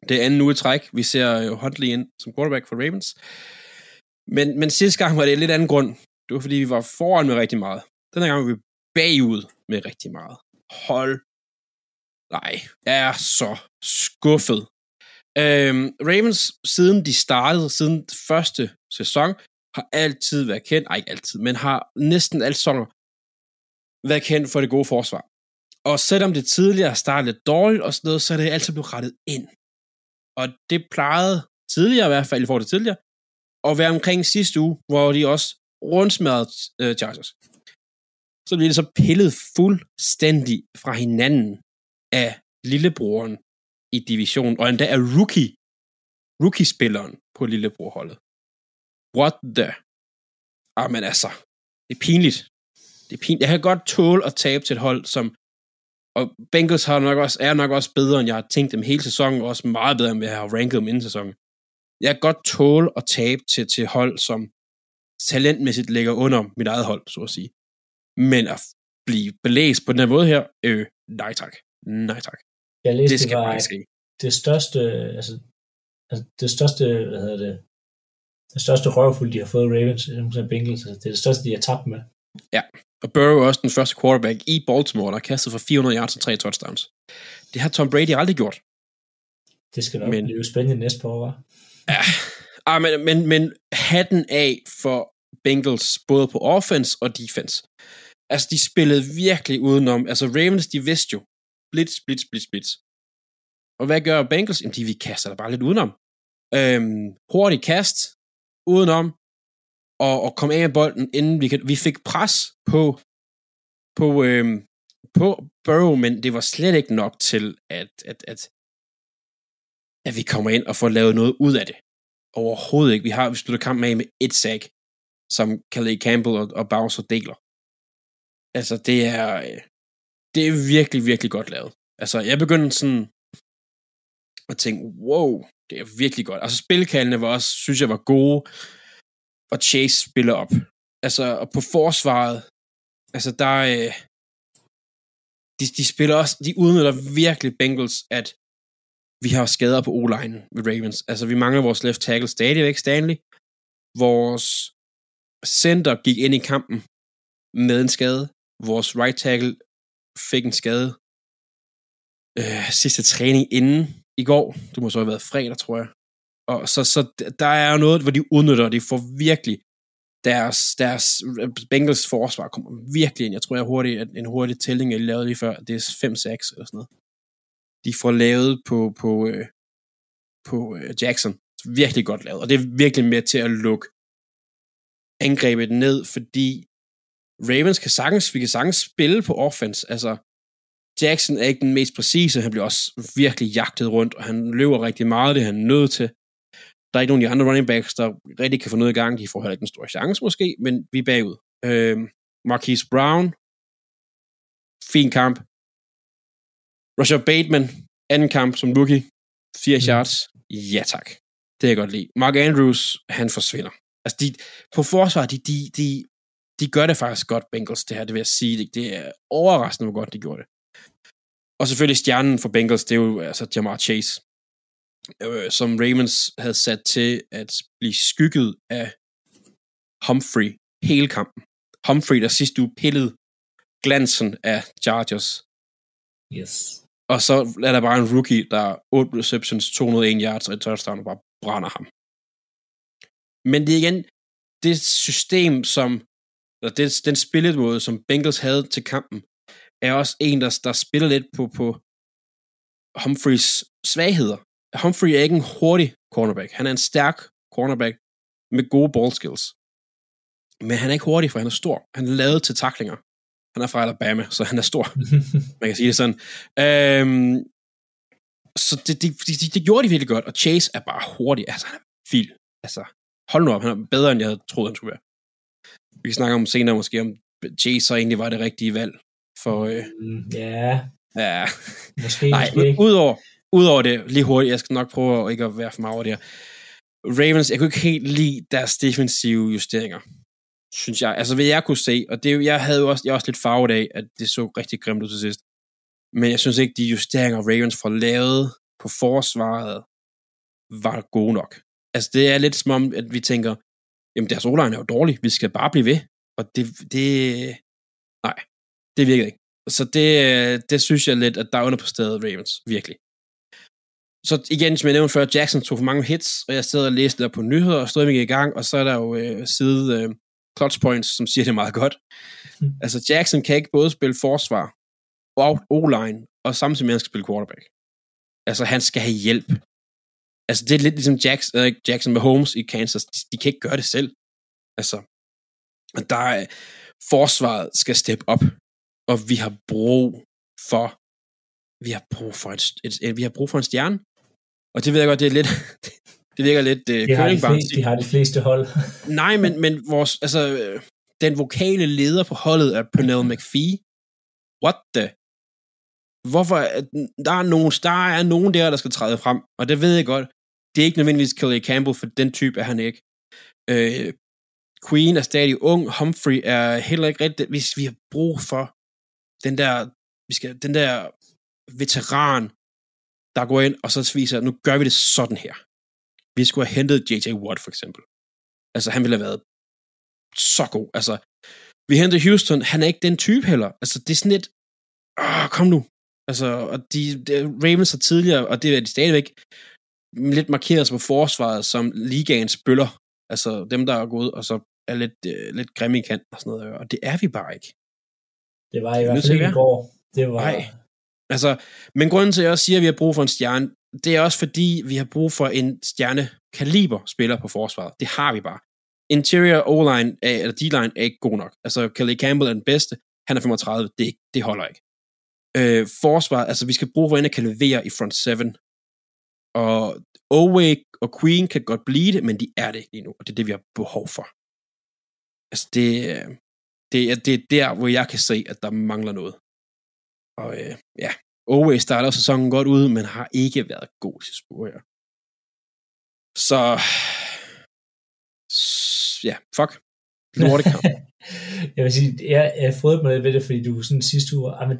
Det er anden uge i træk. Vi ser Huntley ind som quarterback for Ravens. Men sidste gang var det en lidt anden grund. Det var fordi, vi var foran med rigtig meget. Denne gang var vi bagud med rigtig meget. Nej, jeg er så skuffet. Ravens, siden de startede, siden første sæson, har altid været kendt, ikke altid, men har næsten alle sæsoner været kendt for det gode forsvar. Og selvom det tidligere startede lidt dårligt og sådan noget, så er det altid blevet rettet ind. Og det plejede tidligere, i hvert fald i forhold til tidligere, at være omkring sidste uge, hvor de også rundsmadrede Chargers. Så bliver det så pillet fuldstændig fra hinanden af lillebroren i divisionen, og endda af rookie-spilleren på lillebrorholdet. What the? Men altså, det er pinligt. Jeg kan godt tåle at tabe til et hold, som, og Bengals er nok også bedre, end jeg har tænkt dem hele sæsonen, og også meget bedre, end jeg har ranket dem inden sæsonen. Jeg kan godt tåle at tabe til hold, som talentmæssigt ligger under mit eget hold, så at sige. Men at blive belæst på den her måde her, nej tak. Nej tak. Jeg læste, det skal bare ske. Det største, det største, det største røvfuld, de har fået Ravens, Bengals, det er det største, de har tabt med. Ja, og Burrow er også den første quarterback i Baltimore, der har kastet for 400 yards og 3 touchdowns. Det har Tom Brady aldrig gjort. Det skal nok blive spændende næste par år, hva'? Ja, men hatten af for Bengals, både på offense og defense. Altså, de spillede virkelig udenom. Altså, Ravens, de vidste jo, blitz. Og hvad gør Bengals? Jamen, vi kaster der bare lidt udenom. Hurtigt kast, udenom, og kom af med bolden, inden vi fik pres på Burrow, men det var slet ikke nok til, at vi kommer ind og får lavet noget ud af det. Overhovedet ikke. Vi slutter kampen af med et sack, som Calais Campbell og Bowser deler. Altså, det er virkelig, virkelig godt lavet. Altså, jeg begyndte sådan at tænke, wow, det er virkelig godt. Altså, spilkaldene var også, synes jeg, var gode, og Chase spiller op. Altså, og på forsvaret, altså, der de spiller også, de udnytter virkelig Bengals, at vi har skader på O-line ved Ravens. Altså, vi mangler vores left tackle stadigvæk, Stanley. Vores center gik ind i kampen med en skade. Vores right tackle fik en skade sidste træning inden i går. Det må så have været fredag, tror jeg. Og så der er jo noget, hvor de udnytter, de får virkelig deres Bengals forsvar kommer virkelig ind. Jeg tror, en hurtig tælling, jeg lavede lige før, det er 5-6 eller sådan noget. De får lavet på Jackson. Virkelig godt lavet. Og det er virkelig med til at lukke angrebet ned, fordi Ravens vi kan sagtens spille på offense. Altså, Jackson er ikke den mest præcise. Han bliver også virkelig jagtet rundt, og han løber rigtig meget, det er han nødt til. Der er ikke nogen af de andre running backs, der rigtig kan få noget i gang. De får heller ikke en stor chance måske, men vi er bagud. Marquise Brown, fin kamp. Rashad Bateman, anden kamp som rookie, 4 yards. Ja tak, det kan jeg godt lide. Mark Andrews, han forsvinder. Altså, på forsvar, de gør det faktisk godt, Bengals, det her, det vil jeg sige. Det er overraskende, hvor godt de gjorde det. Og selvfølgelig stjernen for Bengals, det er jo altså Jamar Chase, som Ravens havde sat til at blive skygget af Humphrey hele kampen. Humphrey, der sidste uge pillede glansen af Chargers. Yes. Og så er der bare en rookie, der 8 receptions, 201 yards og et touchdown, og bare brænder ham. Men det er igen det system, eller den spillemåde, som Bengals havde til kampen, er også en, der spiller lidt på Humphreys svagheder. Humphrey er ikke en hurtig cornerback. Han er en stærk cornerback med gode ball skills. Men han er ikke hurtig, for han er stor. Han er lavet til tacklinger. Han er fra Alabama, så han er stor. Man kan sige det sådan. Så det gjorde de virkelig godt, og Chase er bare hurtig. Altså, han er vild. Altså, hold nu op, han er bedre, end jeg havde troet, han skulle være. Vi kan snakke om senere måske, om Chase så egentlig var det rigtige valg. For, ja. Måske. Nej, udover det, lige hurtigt, jeg skal nok prøve at ikke at være for meget over det her. Ravens, jeg kunne ikke helt lide deres defensive justeringer, synes jeg. Altså, hvad jeg kunne se, og det, jeg er også lidt farvet af, at det så rigtig grimt ud til sidst. Men jeg synes ikke, de justeringer, Ravens får lavet på forsvaret, var gode nok. Altså, det er lidt som om, at vi tænker, jamen, deres O-line er jo dårlig, vi skal bare blive ved. Og nej, det virker ikke. Så det synes jeg lidt, at der er underpræsteret Ravens, virkelig. Så igen, som jeg nævnte før, Jackson tog for mange hits, og jeg sidder og læste der på nyheder, og stod i gang, og så er der jo side clutch points, som siger det meget godt. Altså, Jackson kan ikke både spille forsvar og O-line, og samtidig med, at han skal spille quarterback. Altså, han skal have hjælp. Altså, det er lidt ligesom Jackson med Holmes i Kansas. De kan ikke gøre det selv. Altså, der er, forsvaret skal steppe op, og vi har brug for en stjerne. Og det ved jeg godt, det er lidt det virker lidt de har de fleste hold. Nej, men vores den vokale leder på holdet er Pernell McPhee. What the? Hvorfor der er nogen der skal træde frem, og det ved jeg godt. Det er ikke nødvendigvis Kelly Campbell, for den type er han ikke. Queen er stadig ung, Humphrey er heller ikke rigtigt. Hvis vi har brug for den der veteran, der går ind, og så viser, nu gør vi det sådan her. Vi skulle have hentet J.J. Watt, for eksempel. Altså, han ville have været så god. Altså, vi hentede Houston, han er ikke den type heller. Altså, det er sådan lidt, kom nu. Altså, og Ravens har tidligere, og det er de stadigvæk, lidt markeret sig på forsvaret som ligaens bøller. Altså, dem, der er gået, og så er lidt grimme i kanten og sådan noget. Og det er vi bare ikke. Det var i hvert fald ikke i går. Det var... Nej. Altså, men grunden til, at jeg også siger, at vi har brug for en stjerne, det er også fordi, vi har brug for en stjerne-kaliber spiller på forsvaret. Det har vi bare. Interior O-line, eller D-line er ikke god nok. Altså, Kelly Campbell er den bedste. Han er 35. Det holder ikke. Forsvaret, altså, vi skal bruge for en, der kan levere i front 7. Og Oweh og Queen kan godt blive det, men de er det ikke lige nu. Og det er det, vi har behov for. Altså, det er der, hvor jeg kan se, at der mangler noget. Og Oweh starter sæsonen godt ud, men har ikke været god til spor her. Så ja, fuck. Lortekamp. Jeg vil sige, jeg har fået mig lidt ved det, fordi du sådan sidste uge, men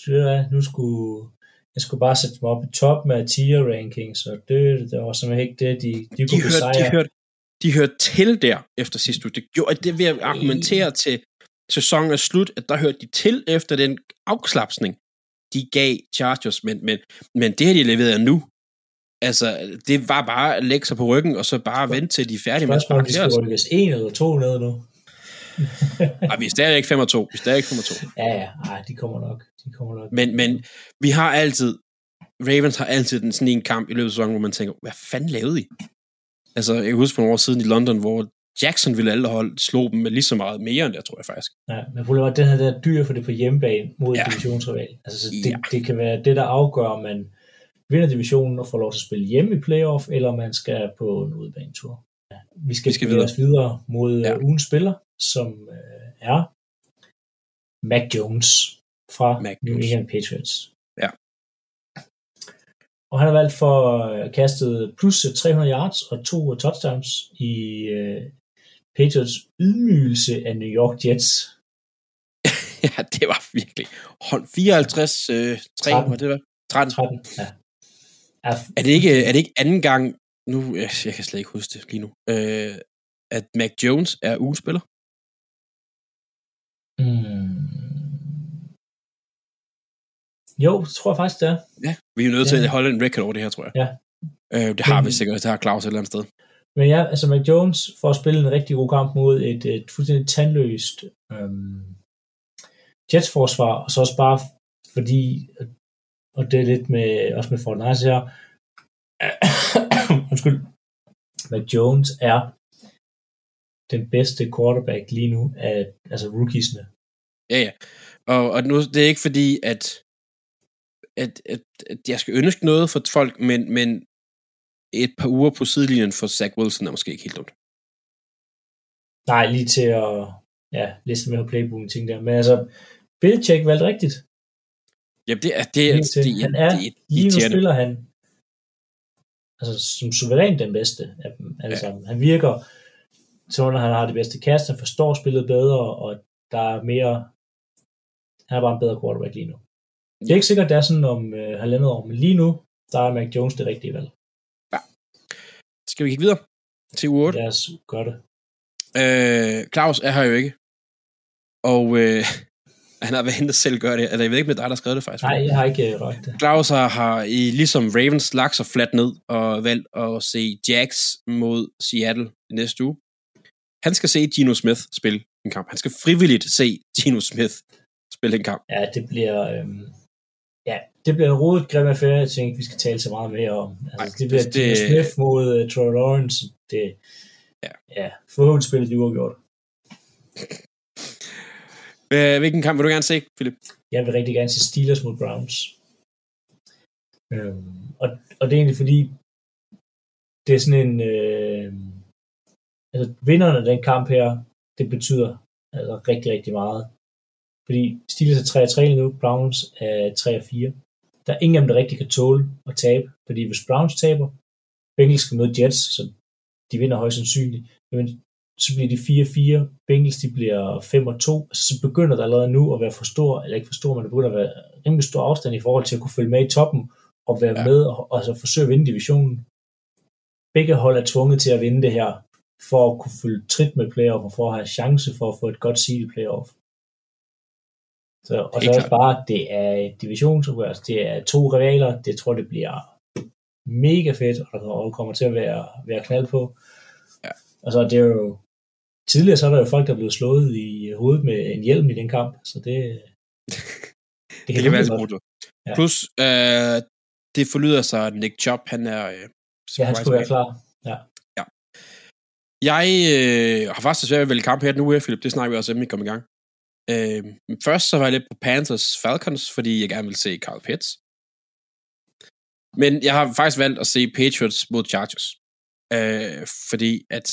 jeg skulle bare sætte mig op i top med tier rankings, og det var simpelthen ikke det, de kunne besejre. De hørte til der efter sidste uge. Det gjorde, at det vil jeg argumentere til sæsonen er slut, at der hørte de til efter den afklapsning, de gav Chargers, men det har de leveret nu. Altså, det var bare at lægge sig på ryggen, og så bare vente til de er færdige med at sparke. De skal rykkes 1 eller 2 ned nu. Nej, vi er stadig ikke 5-2. Ja, nej, de kommer nok. Men vi har altid, Ravens har altid sådan en kamp i løbet af sæsonen, hvor man tænker, hvad fanden lavede I? Altså, jeg kan huske for nogle år siden i London, hvor Jackson ville alle hold slå dem med lige så meget mere end der, tror jeg faktisk. Ja, men problemet var, den her der dyr for det på hjemmebane mod divisionsrival. Altså, så det kan være det, der afgør, om man vinder divisionen og får lov til at spille hjemme i playoff, eller man skal på en udebanetur. Ja, vi skal videre mod ugens spiller, som er Mac Jones fra New England Patriots. Ja. Og han har valgt for kastet plus 300 yards og 2 touchdowns i Patriots ydmygelse af New York Jets. Ja, det var virkelig. 54-3, var det var? 13, ja. Er det ikke anden gang, nu, jeg kan slet ikke huske det lige nu, at Mac Jones er ugespiller? Jo, det tror jeg faktisk, det er. Ja, vi er jo nødt til at holde en record over det her, tror jeg. Ja. Det har vi sikkert, det har Claus et eller andet sted. Men ja, altså Mac Jones får at spille en rigtig god kamp mod et fuldstændig tandløst Jets-forsvar, og så også bare fordi, og det er lidt med, også med Fortnite her, undskyld, Mac Jones er den bedste quarterback lige nu af altså rookiesne. Ja. Og nu, det er ikke fordi, at jeg skal ønske noget for folk, men et par uger på sidelinjen for Zach Wilson er måske ikke helt dumt. Nej, lige til at læse med på playbooken ting der. Men altså, Belichick valgte rigtigt. Jamen, lige nu spiller han altså som suverænt den bedste af dem alle sammen. Han virker som når han har det bedste kast, han forstår spillet bedre, og der er mere, han er bare en bedre quarterback lige nu. Det er ikke sikkert, det er sådan om halvandet år, men lige nu, der er Mac Jones det rigtige valg. Ja. Skal vi kigge videre til uge 8? Lad os gøre det. Claus er her jo ikke. Og han har været henne selv gøre det. Eller jeg ved ikke, med dig, der har skrevet det faktisk. Nej, jeg har ikke røgt det. Claus har ligesom Ravens lagt sig fladt ned og valgt at se Jags mod Seattle næste uge. Han skal se Geno Smith spille en kamp. Han skal frivilligt se Geno Smith spille en kamp. Ja, det bliver en rodet grim affære. Jeg tænker ikke, vi skal tale så meget mere om. Altså, det bliver Geno Smith mod Troy Lawrence. Forhåbentlig spiller de uafgjort. Hvilken kamp vil du gerne se, Philip? Jeg vil rigtig gerne se Steelers mod Browns. Og det er egentlig fordi, det er sådan en... vinderne af den kamp her, det betyder altså rigtig, rigtig meget. Fordi Steelers er 3-3 nu, Browns er 3-4. Der er ingen af dem, der rigtig kan tåle at tabe. Fordi hvis Browns taber, Bengals skal møde Jets, så de vinder højst sandsynligt. Men så bliver de 4-4, Bengals de bliver 5-2, så begynder der allerede nu at være for stor, eller ikke for stor, men der begynder at være rimelig stor afstand i forhold til at kunne følge med i toppen, og være med og altså forsøge at vinde divisionen. Begge hold er tvunget til at vinde det her, for at kunne følge trit med playoff, og for at have chance for at få et godt seed i playoff. Så også bare, det er et divisionsopgør, altså det er 2 rivaler, det tror det bliver mega fedt, og der kommer til at være knald på. Ja. Og så det er jo tidligere, så er der jo folk, der er blevet slået i hovedet med en hjelm i den kamp, så det kan være lidt brudt. Ja. Plus, det forlyder sig, at Nick Chubb, han er... han skulle være klar. Ja. Jeg har faktisk svært ved at vælge kamp her nu, Philip, det snakker vi også, inden vi kom i gang. Først så var jeg lidt på Panthers Falcons, fordi jeg gerne vil se Carl Pitts. Men jeg har faktisk valgt at se Patriots mod Chargers. Fordi at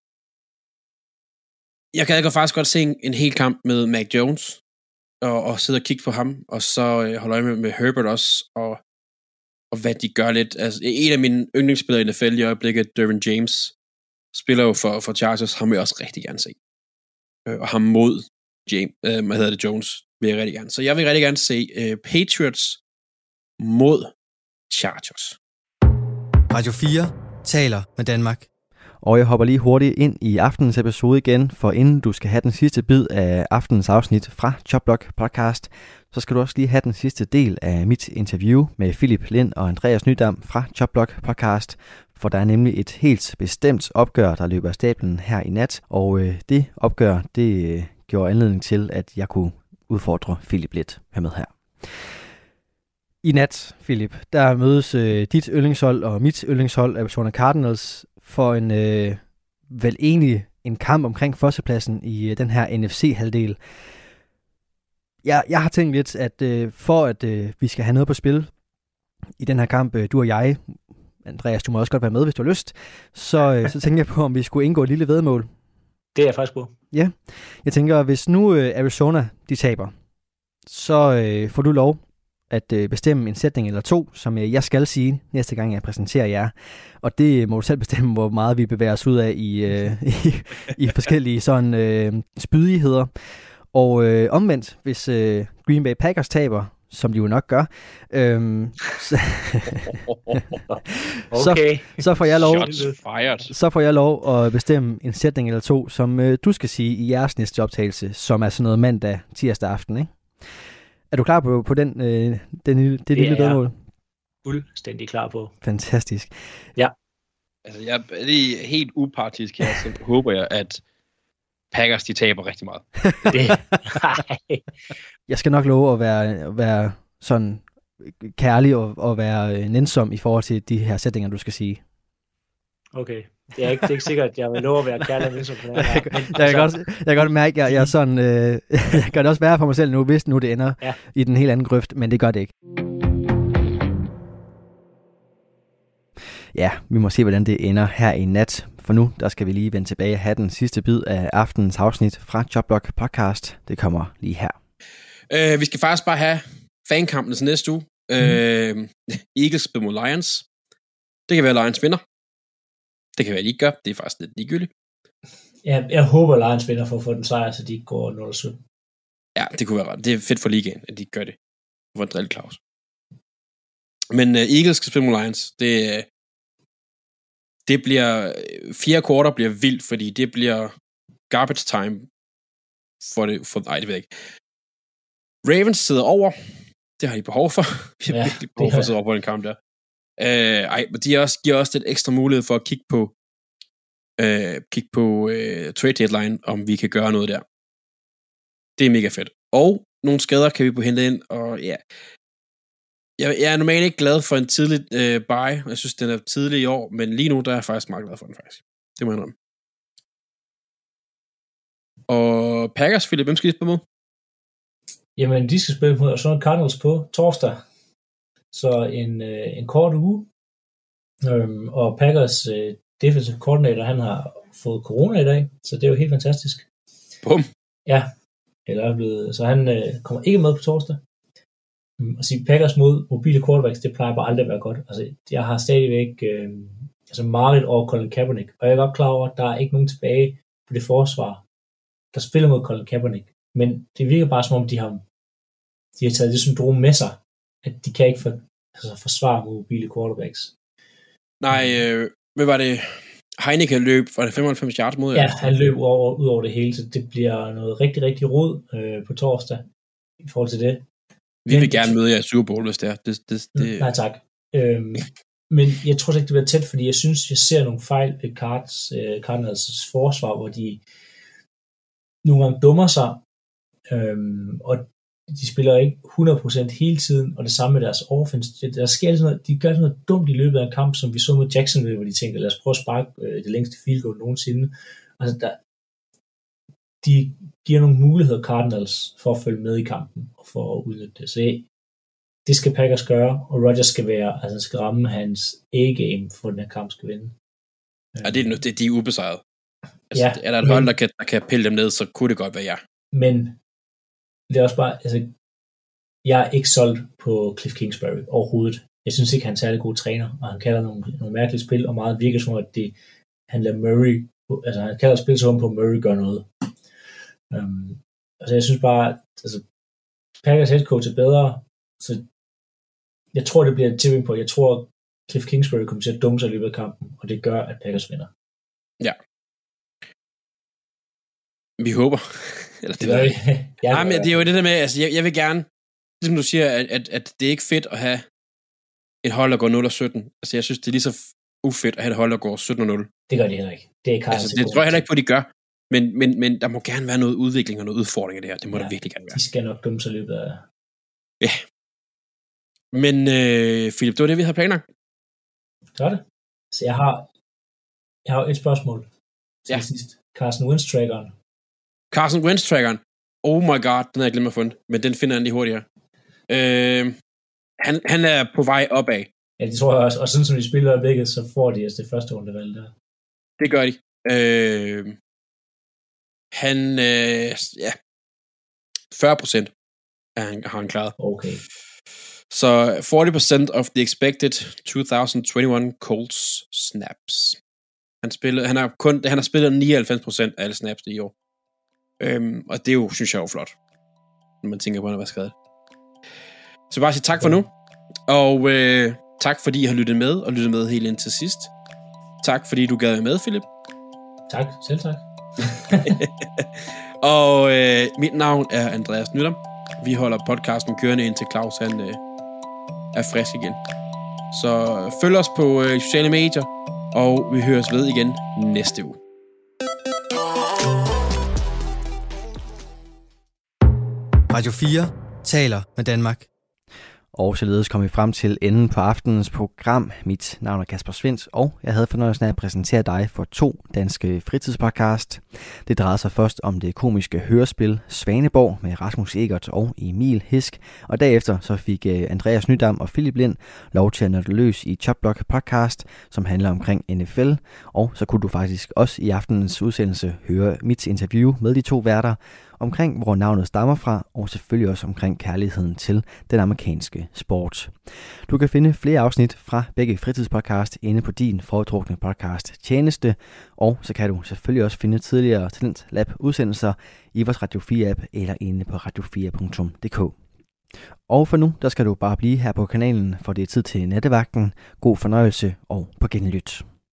jeg kan faktisk godt se en hel kamp med Mac Jones og sidde og kigge på ham, og så holde øje med Herbert også, og hvad de gør lidt. Altså, en af mine yndlingsspillere i NFL i øjeblikket, Derwin James, spiller jo for Chargers, ham vil jeg også rigtig gerne se. Og ham mod Jones vil jeg rigtig gerne. Så jeg vil rigtig gerne se Patriots mod Chargers. Radio 4 taler med Danmark. Og jeg hopper lige hurtigt ind i aftenens episode igen, for inden du skal have den sidste bid af aftenens afsnit fra Chopblock Podcast, så skal du også lige have den sidste del af mit interview med Philip Lind og Andreas Nydam fra Chopblock Podcast, for der er nemlig et helt bestemt opgør, der løber af stablen her i nat, og det opgør, det gjorde anledning til, at jeg kunne udfordre Philip lidt. Hør med her. I nat, Philip, der mødes dit yndlingshold og mit yndlingshold, Arizona Cardinals, for vel egentlig en kamp omkring førstepladsen i den her NFC-halvdel. Jeg har tænkt lidt, at for at vi skal have noget på spil i den her kamp, du og jeg, Andreas, du må også godt være med, hvis du har lyst, så tænker jeg på, om vi skulle indgå et lille væddemål. Det er jeg faktisk på. Ja, jeg tænker, hvis nu Arizona, de taber, så får du lov at bestemme en sætning eller 2, som jeg skal sige næste gang, jeg præsenterer jer. Og det må du selv bestemme, hvor meget vi bevæger os ud af i forskellige sådan spydigheder. Og omvendt, hvis Green Bay Packers taber, som de jo nok gør, så får jeg lov at bestemme en sætning eller 2, som du skal sige i jeres næste optagelse, som er sådan noget mandag, tirsdag aften, ikke? Er du klar på det lille væddemål? Fuldstændig klar på. Fantastisk. Ja. Altså, jeg er lige helt upartisk her, så håber jeg, at Packers, de taber rigtig meget. Jeg skal nok love at være sådan kærlig og være nænsom i forhold til de her sætninger, du skal sige. Okay. Det er ikke sikkert, at jeg vil love at være kærlig og nænsom på det her. Jeg kan godt mærke, at jeg er sådan... jeg kan det også være for mig selv nu, hvis nu det ender i den helt anden grøft, men det gør det ikke. Ja, vi må se, hvordan det ender her i nat. For nu, der skal vi lige vende tilbage og have den sidste bid af aftenens afsnit fra Chopblock Podcast. Det kommer lige her. Vi skal faktisk bare have fankampen til næste uge. Eagles spiller mod Lions. Det kan være, Lions vinder. Det kan være, de ikke gør. Det er faktisk lidt ligegyldigt. Ja, jeg håber, Lions vinder for at få den sejr, så de ikke går 0-17. Ja, det kunne være ret. Det er fedt for ligaen, at de ikke gør det. For en drille Claus. Men Eagles skal spille mod Lions. Det det bliver, 4 quarter bliver vildt, fordi det bliver garbage time nej, det ved jeg ikke. Ravens sidder over, det har de behov for. Vi har virkelig behov for at sidde over på en kamp der. Men de giver også lidt ekstra mulighed for at kigge på trade deadline, om vi kan gøre noget der. Det er mega fedt. Og nogle skader kan vi på hente ind, og ja. Jeg er normalt ikke glad for en tidlig buy. Jeg synes, den er tidlig i år, men lige nu der er jeg faktisk meget glad for den, faktisk. Det må jeg indrømme. Og Packers, Philip, hvem skal de spille mod? Jamen, de skal spille mod Arizona Cardinals på torsdag. Så en kort uge. Og Packers defensive coordinator, han har fået corona i dag, så det er jo helt fantastisk. Bum. Ja, så han kommer ikke med på torsdag. Og sige Packers mod mobile quarterbacks, det plejer bare aldrig at være godt. Altså, jeg har stadigvæk mareridt over Colin Kaepernick, og jeg er godt klar over, at der er ikke nogen tilbage på det forsvar, der spiller mod Colin Kaepernick. Men det virker bare som om, de har taget det syndrom med sig, at de kan ikke forsvare mod mobile quarterbacks. Nej, hvad var det? Heineken løb, var det 95 yards mod? Ja, han løb ud over det hele, så det bliver noget rigtig, rigtig rod på torsdag i forhold til det. Vi vil gerne møde jer i Super Bowl, hvis det er. Nej, tak. Men jeg tror ikke, det bliver tæt, fordi jeg synes, jeg ser nogle fejl ved Cardinals forsvar, hvor de nogle gange dummer sig, og de spiller ikke 100% hele tiden, og det samme med deres offense. Der sker sådan noget, de gør sådan noget dumt i løbet af en kamp, som vi så med Jacksonville, hvor de tænkte, lad os prøve at sparke det længste field goal nogensinde. Altså, de giver nogle muligheder Cardinals for at følge med i kampen, og for at udnytte det. Så det skal Packers gøre, og Rodgers skal ramme hans A-game, for den her kamp skal vinde. Ja, de er ubesejret. Altså, ja, er der et hold, der kan pille dem ned, så kunne det godt være ja. Men det er også bare, jeg er ikke solgt på Cliff Kingsbury overhovedet. Jeg synes ikke, han er en særlig god træner, og han kalder nogle mærkelige spil, og meget virker som at han lader Murray, han kalder spil som på Murray gør noget. Jeg synes bare, Packers head coach er bedre, så jeg tror, det bliver et tipping point. Jeg tror, Cliff Kingsbury kommer til at dumme sig i løbet af kampen, og det gør, at Packers vinder. Ja. Vi håber. Eller det ved jeg. Nej, men det er jo det der med, altså jeg vil gerne, ligesom du siger, at det er ikke fedt at have et hold, der går 0-17. Altså jeg synes, det er lige så ufedt at have et hold, der går 17-0. Det gør de heller ikke. Det er det tror jeg heller ikke på, de gør. Men der må gerne være noget udvikling og noget udfordring i det her. Det må der virkelig gerne være. De skal nok dumme sig løbet af. Ja. Men Philip, det var det, vi havde planlagt. Det var det. Så jeg har et spørgsmål til sidst. Carson Wentz-trackeren. Carson Wentz-trackeren. Oh my god, den har jeg glemt at fundet. Men den finder han lige hurtigere. Han er på vej opad. Ja, det tror jeg også. Og sådan som de spiller begge, så får de altså det første rundevalg der. Det gør de. Han, 40% har han klaret. Okay. Så 40% of the expected 2021 Colts snaps. Han har spillet 99% af alle snaps i år. Og det er jo, synes jeg, er flot, når man tænker på, at han var skadet. Så bare sige tak for nu. Og tak fordi I har lyttet med, og lyttet med helt ind til sidst. Tak fordi du gad med, Philip. Tak, selv tak. Og mit navn er Andreas Nytter. Vi holder podcasten kørende indtil Claus han er frisk igen. Så følg os på sociale medier, og vi høres ved igen næste uge. Radio 4 taler med Danmark. Og således kom vi frem til enden på aftenens program. Mit navn er Kasper Svindt, og jeg havde fornøjelsen af at præsentere dig for 2 danske fritidspodcast. Det drejede sig først om det komiske hørespil Svaneborg med Rasmus Egert og Emil Hisk. Og derefter så fik Andreas Nydam og Philip Lind lov til at nørde løs i Chopblock podcast, som handler omkring NFL. Og så kunne du faktisk også i aftenens udsendelse høre mit interview med de 2 værter omkring, hvor navnet stammer fra, og selvfølgelig også omkring kærligheden til den amerikanske sport. Du kan finde flere afsnit fra begge fritidspodcast inde på din foretrukne podcast tjeneste, og så kan du selvfølgelig også finde tidligere Talent Lab udsendelser i vores Radio 4 app eller inde på radio4.dk. Og for nu, der skal du bare blive her på kanalen, for det er tid til nattevagten. God fornøjelse og på genlyt.